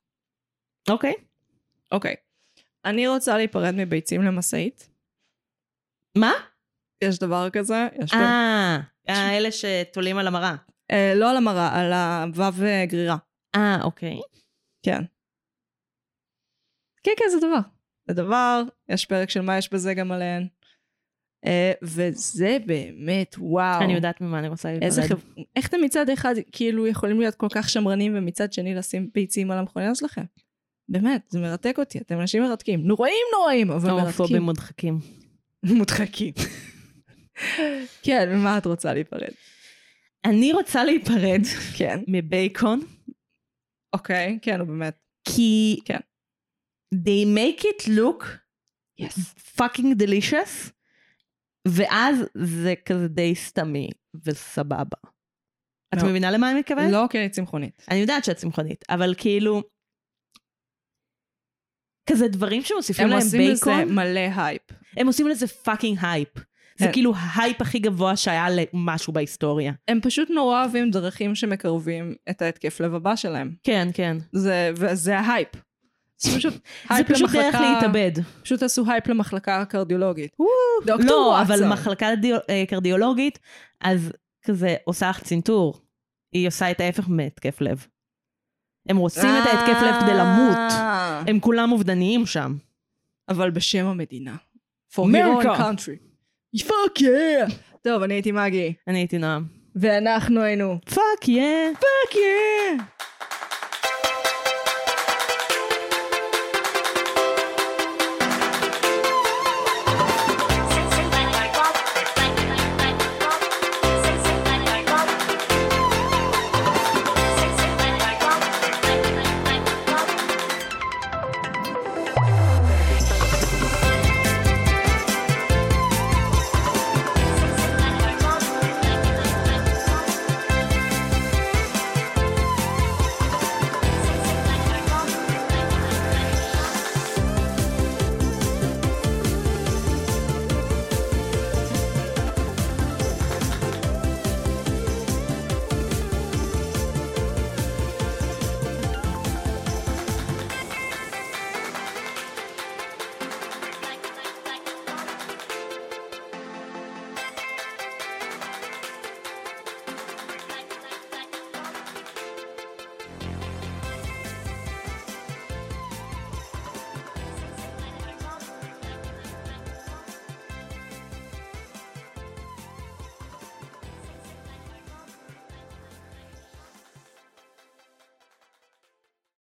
אוקיי. אני רוצה להיפרד מביצים למסעית. מה? יש דבר כזה. אלה שתולים על המראה. לא על המראה, על הוו גרירה. אוקיי. כן. כן, זה דבר. זה דבר, יש פרק של מה יש בזה גם עליהן. וזה באמת, וואו. אני יודעת ממה אני רוצה להיפרד. איך אתם מצד אחד כאילו יכולים להיות כל כך שמרנים, ומצד שני לשים ביצים על המכוניות שלכם? באמת, זה מרתק אותי. אתם אנשים מרתקים. נוראים, אבל מרתקים. הומופובים מודחקים. מודחקים. כן, ומה את רוצה להיפרד? אני רוצה להיפרד. כן. מבייקון. אוקיי, כן, הוא באמת. כי... כן. They make it look fucking delicious, ואז זה כזה די סתמי וסבבה. את מבינה למה אני מתכוונת? לא, כי אני צמחונית. אני יודעת שאת צמחונית, אבל כאילו, כזה דברים שמוסיפים להם בייקון. הם עושים לזה מלא הייפ. הם עושים לזה פאקינג הייפ. זה כאילו ההייפ הכי גבוה שהיה למשהו בהיסטוריה. הם פשוט נורא אוהבים דרכים שמקרבים את ההתקף לב הבא שלהם. כן, כן. וזה ההייפ. זה פשוט דרך להתאבד. פשוט עשו הייפ למחלקה הקרדיולוגית. לא, אבל מחלקה קרדיולוגית, אז כזה עושה לך צנתור. היא עושה את ההפך מהתקף לב. הם רוצים את ההתקף לב כדי למות. הם כולם אובדניים שם. אבל בשם המדינה. For your own country. Fuck yeah! טוב, אני הייתי מגי. אני הייתי נועם. ואנחנו היינו. Fuck yeah! Fuck yeah!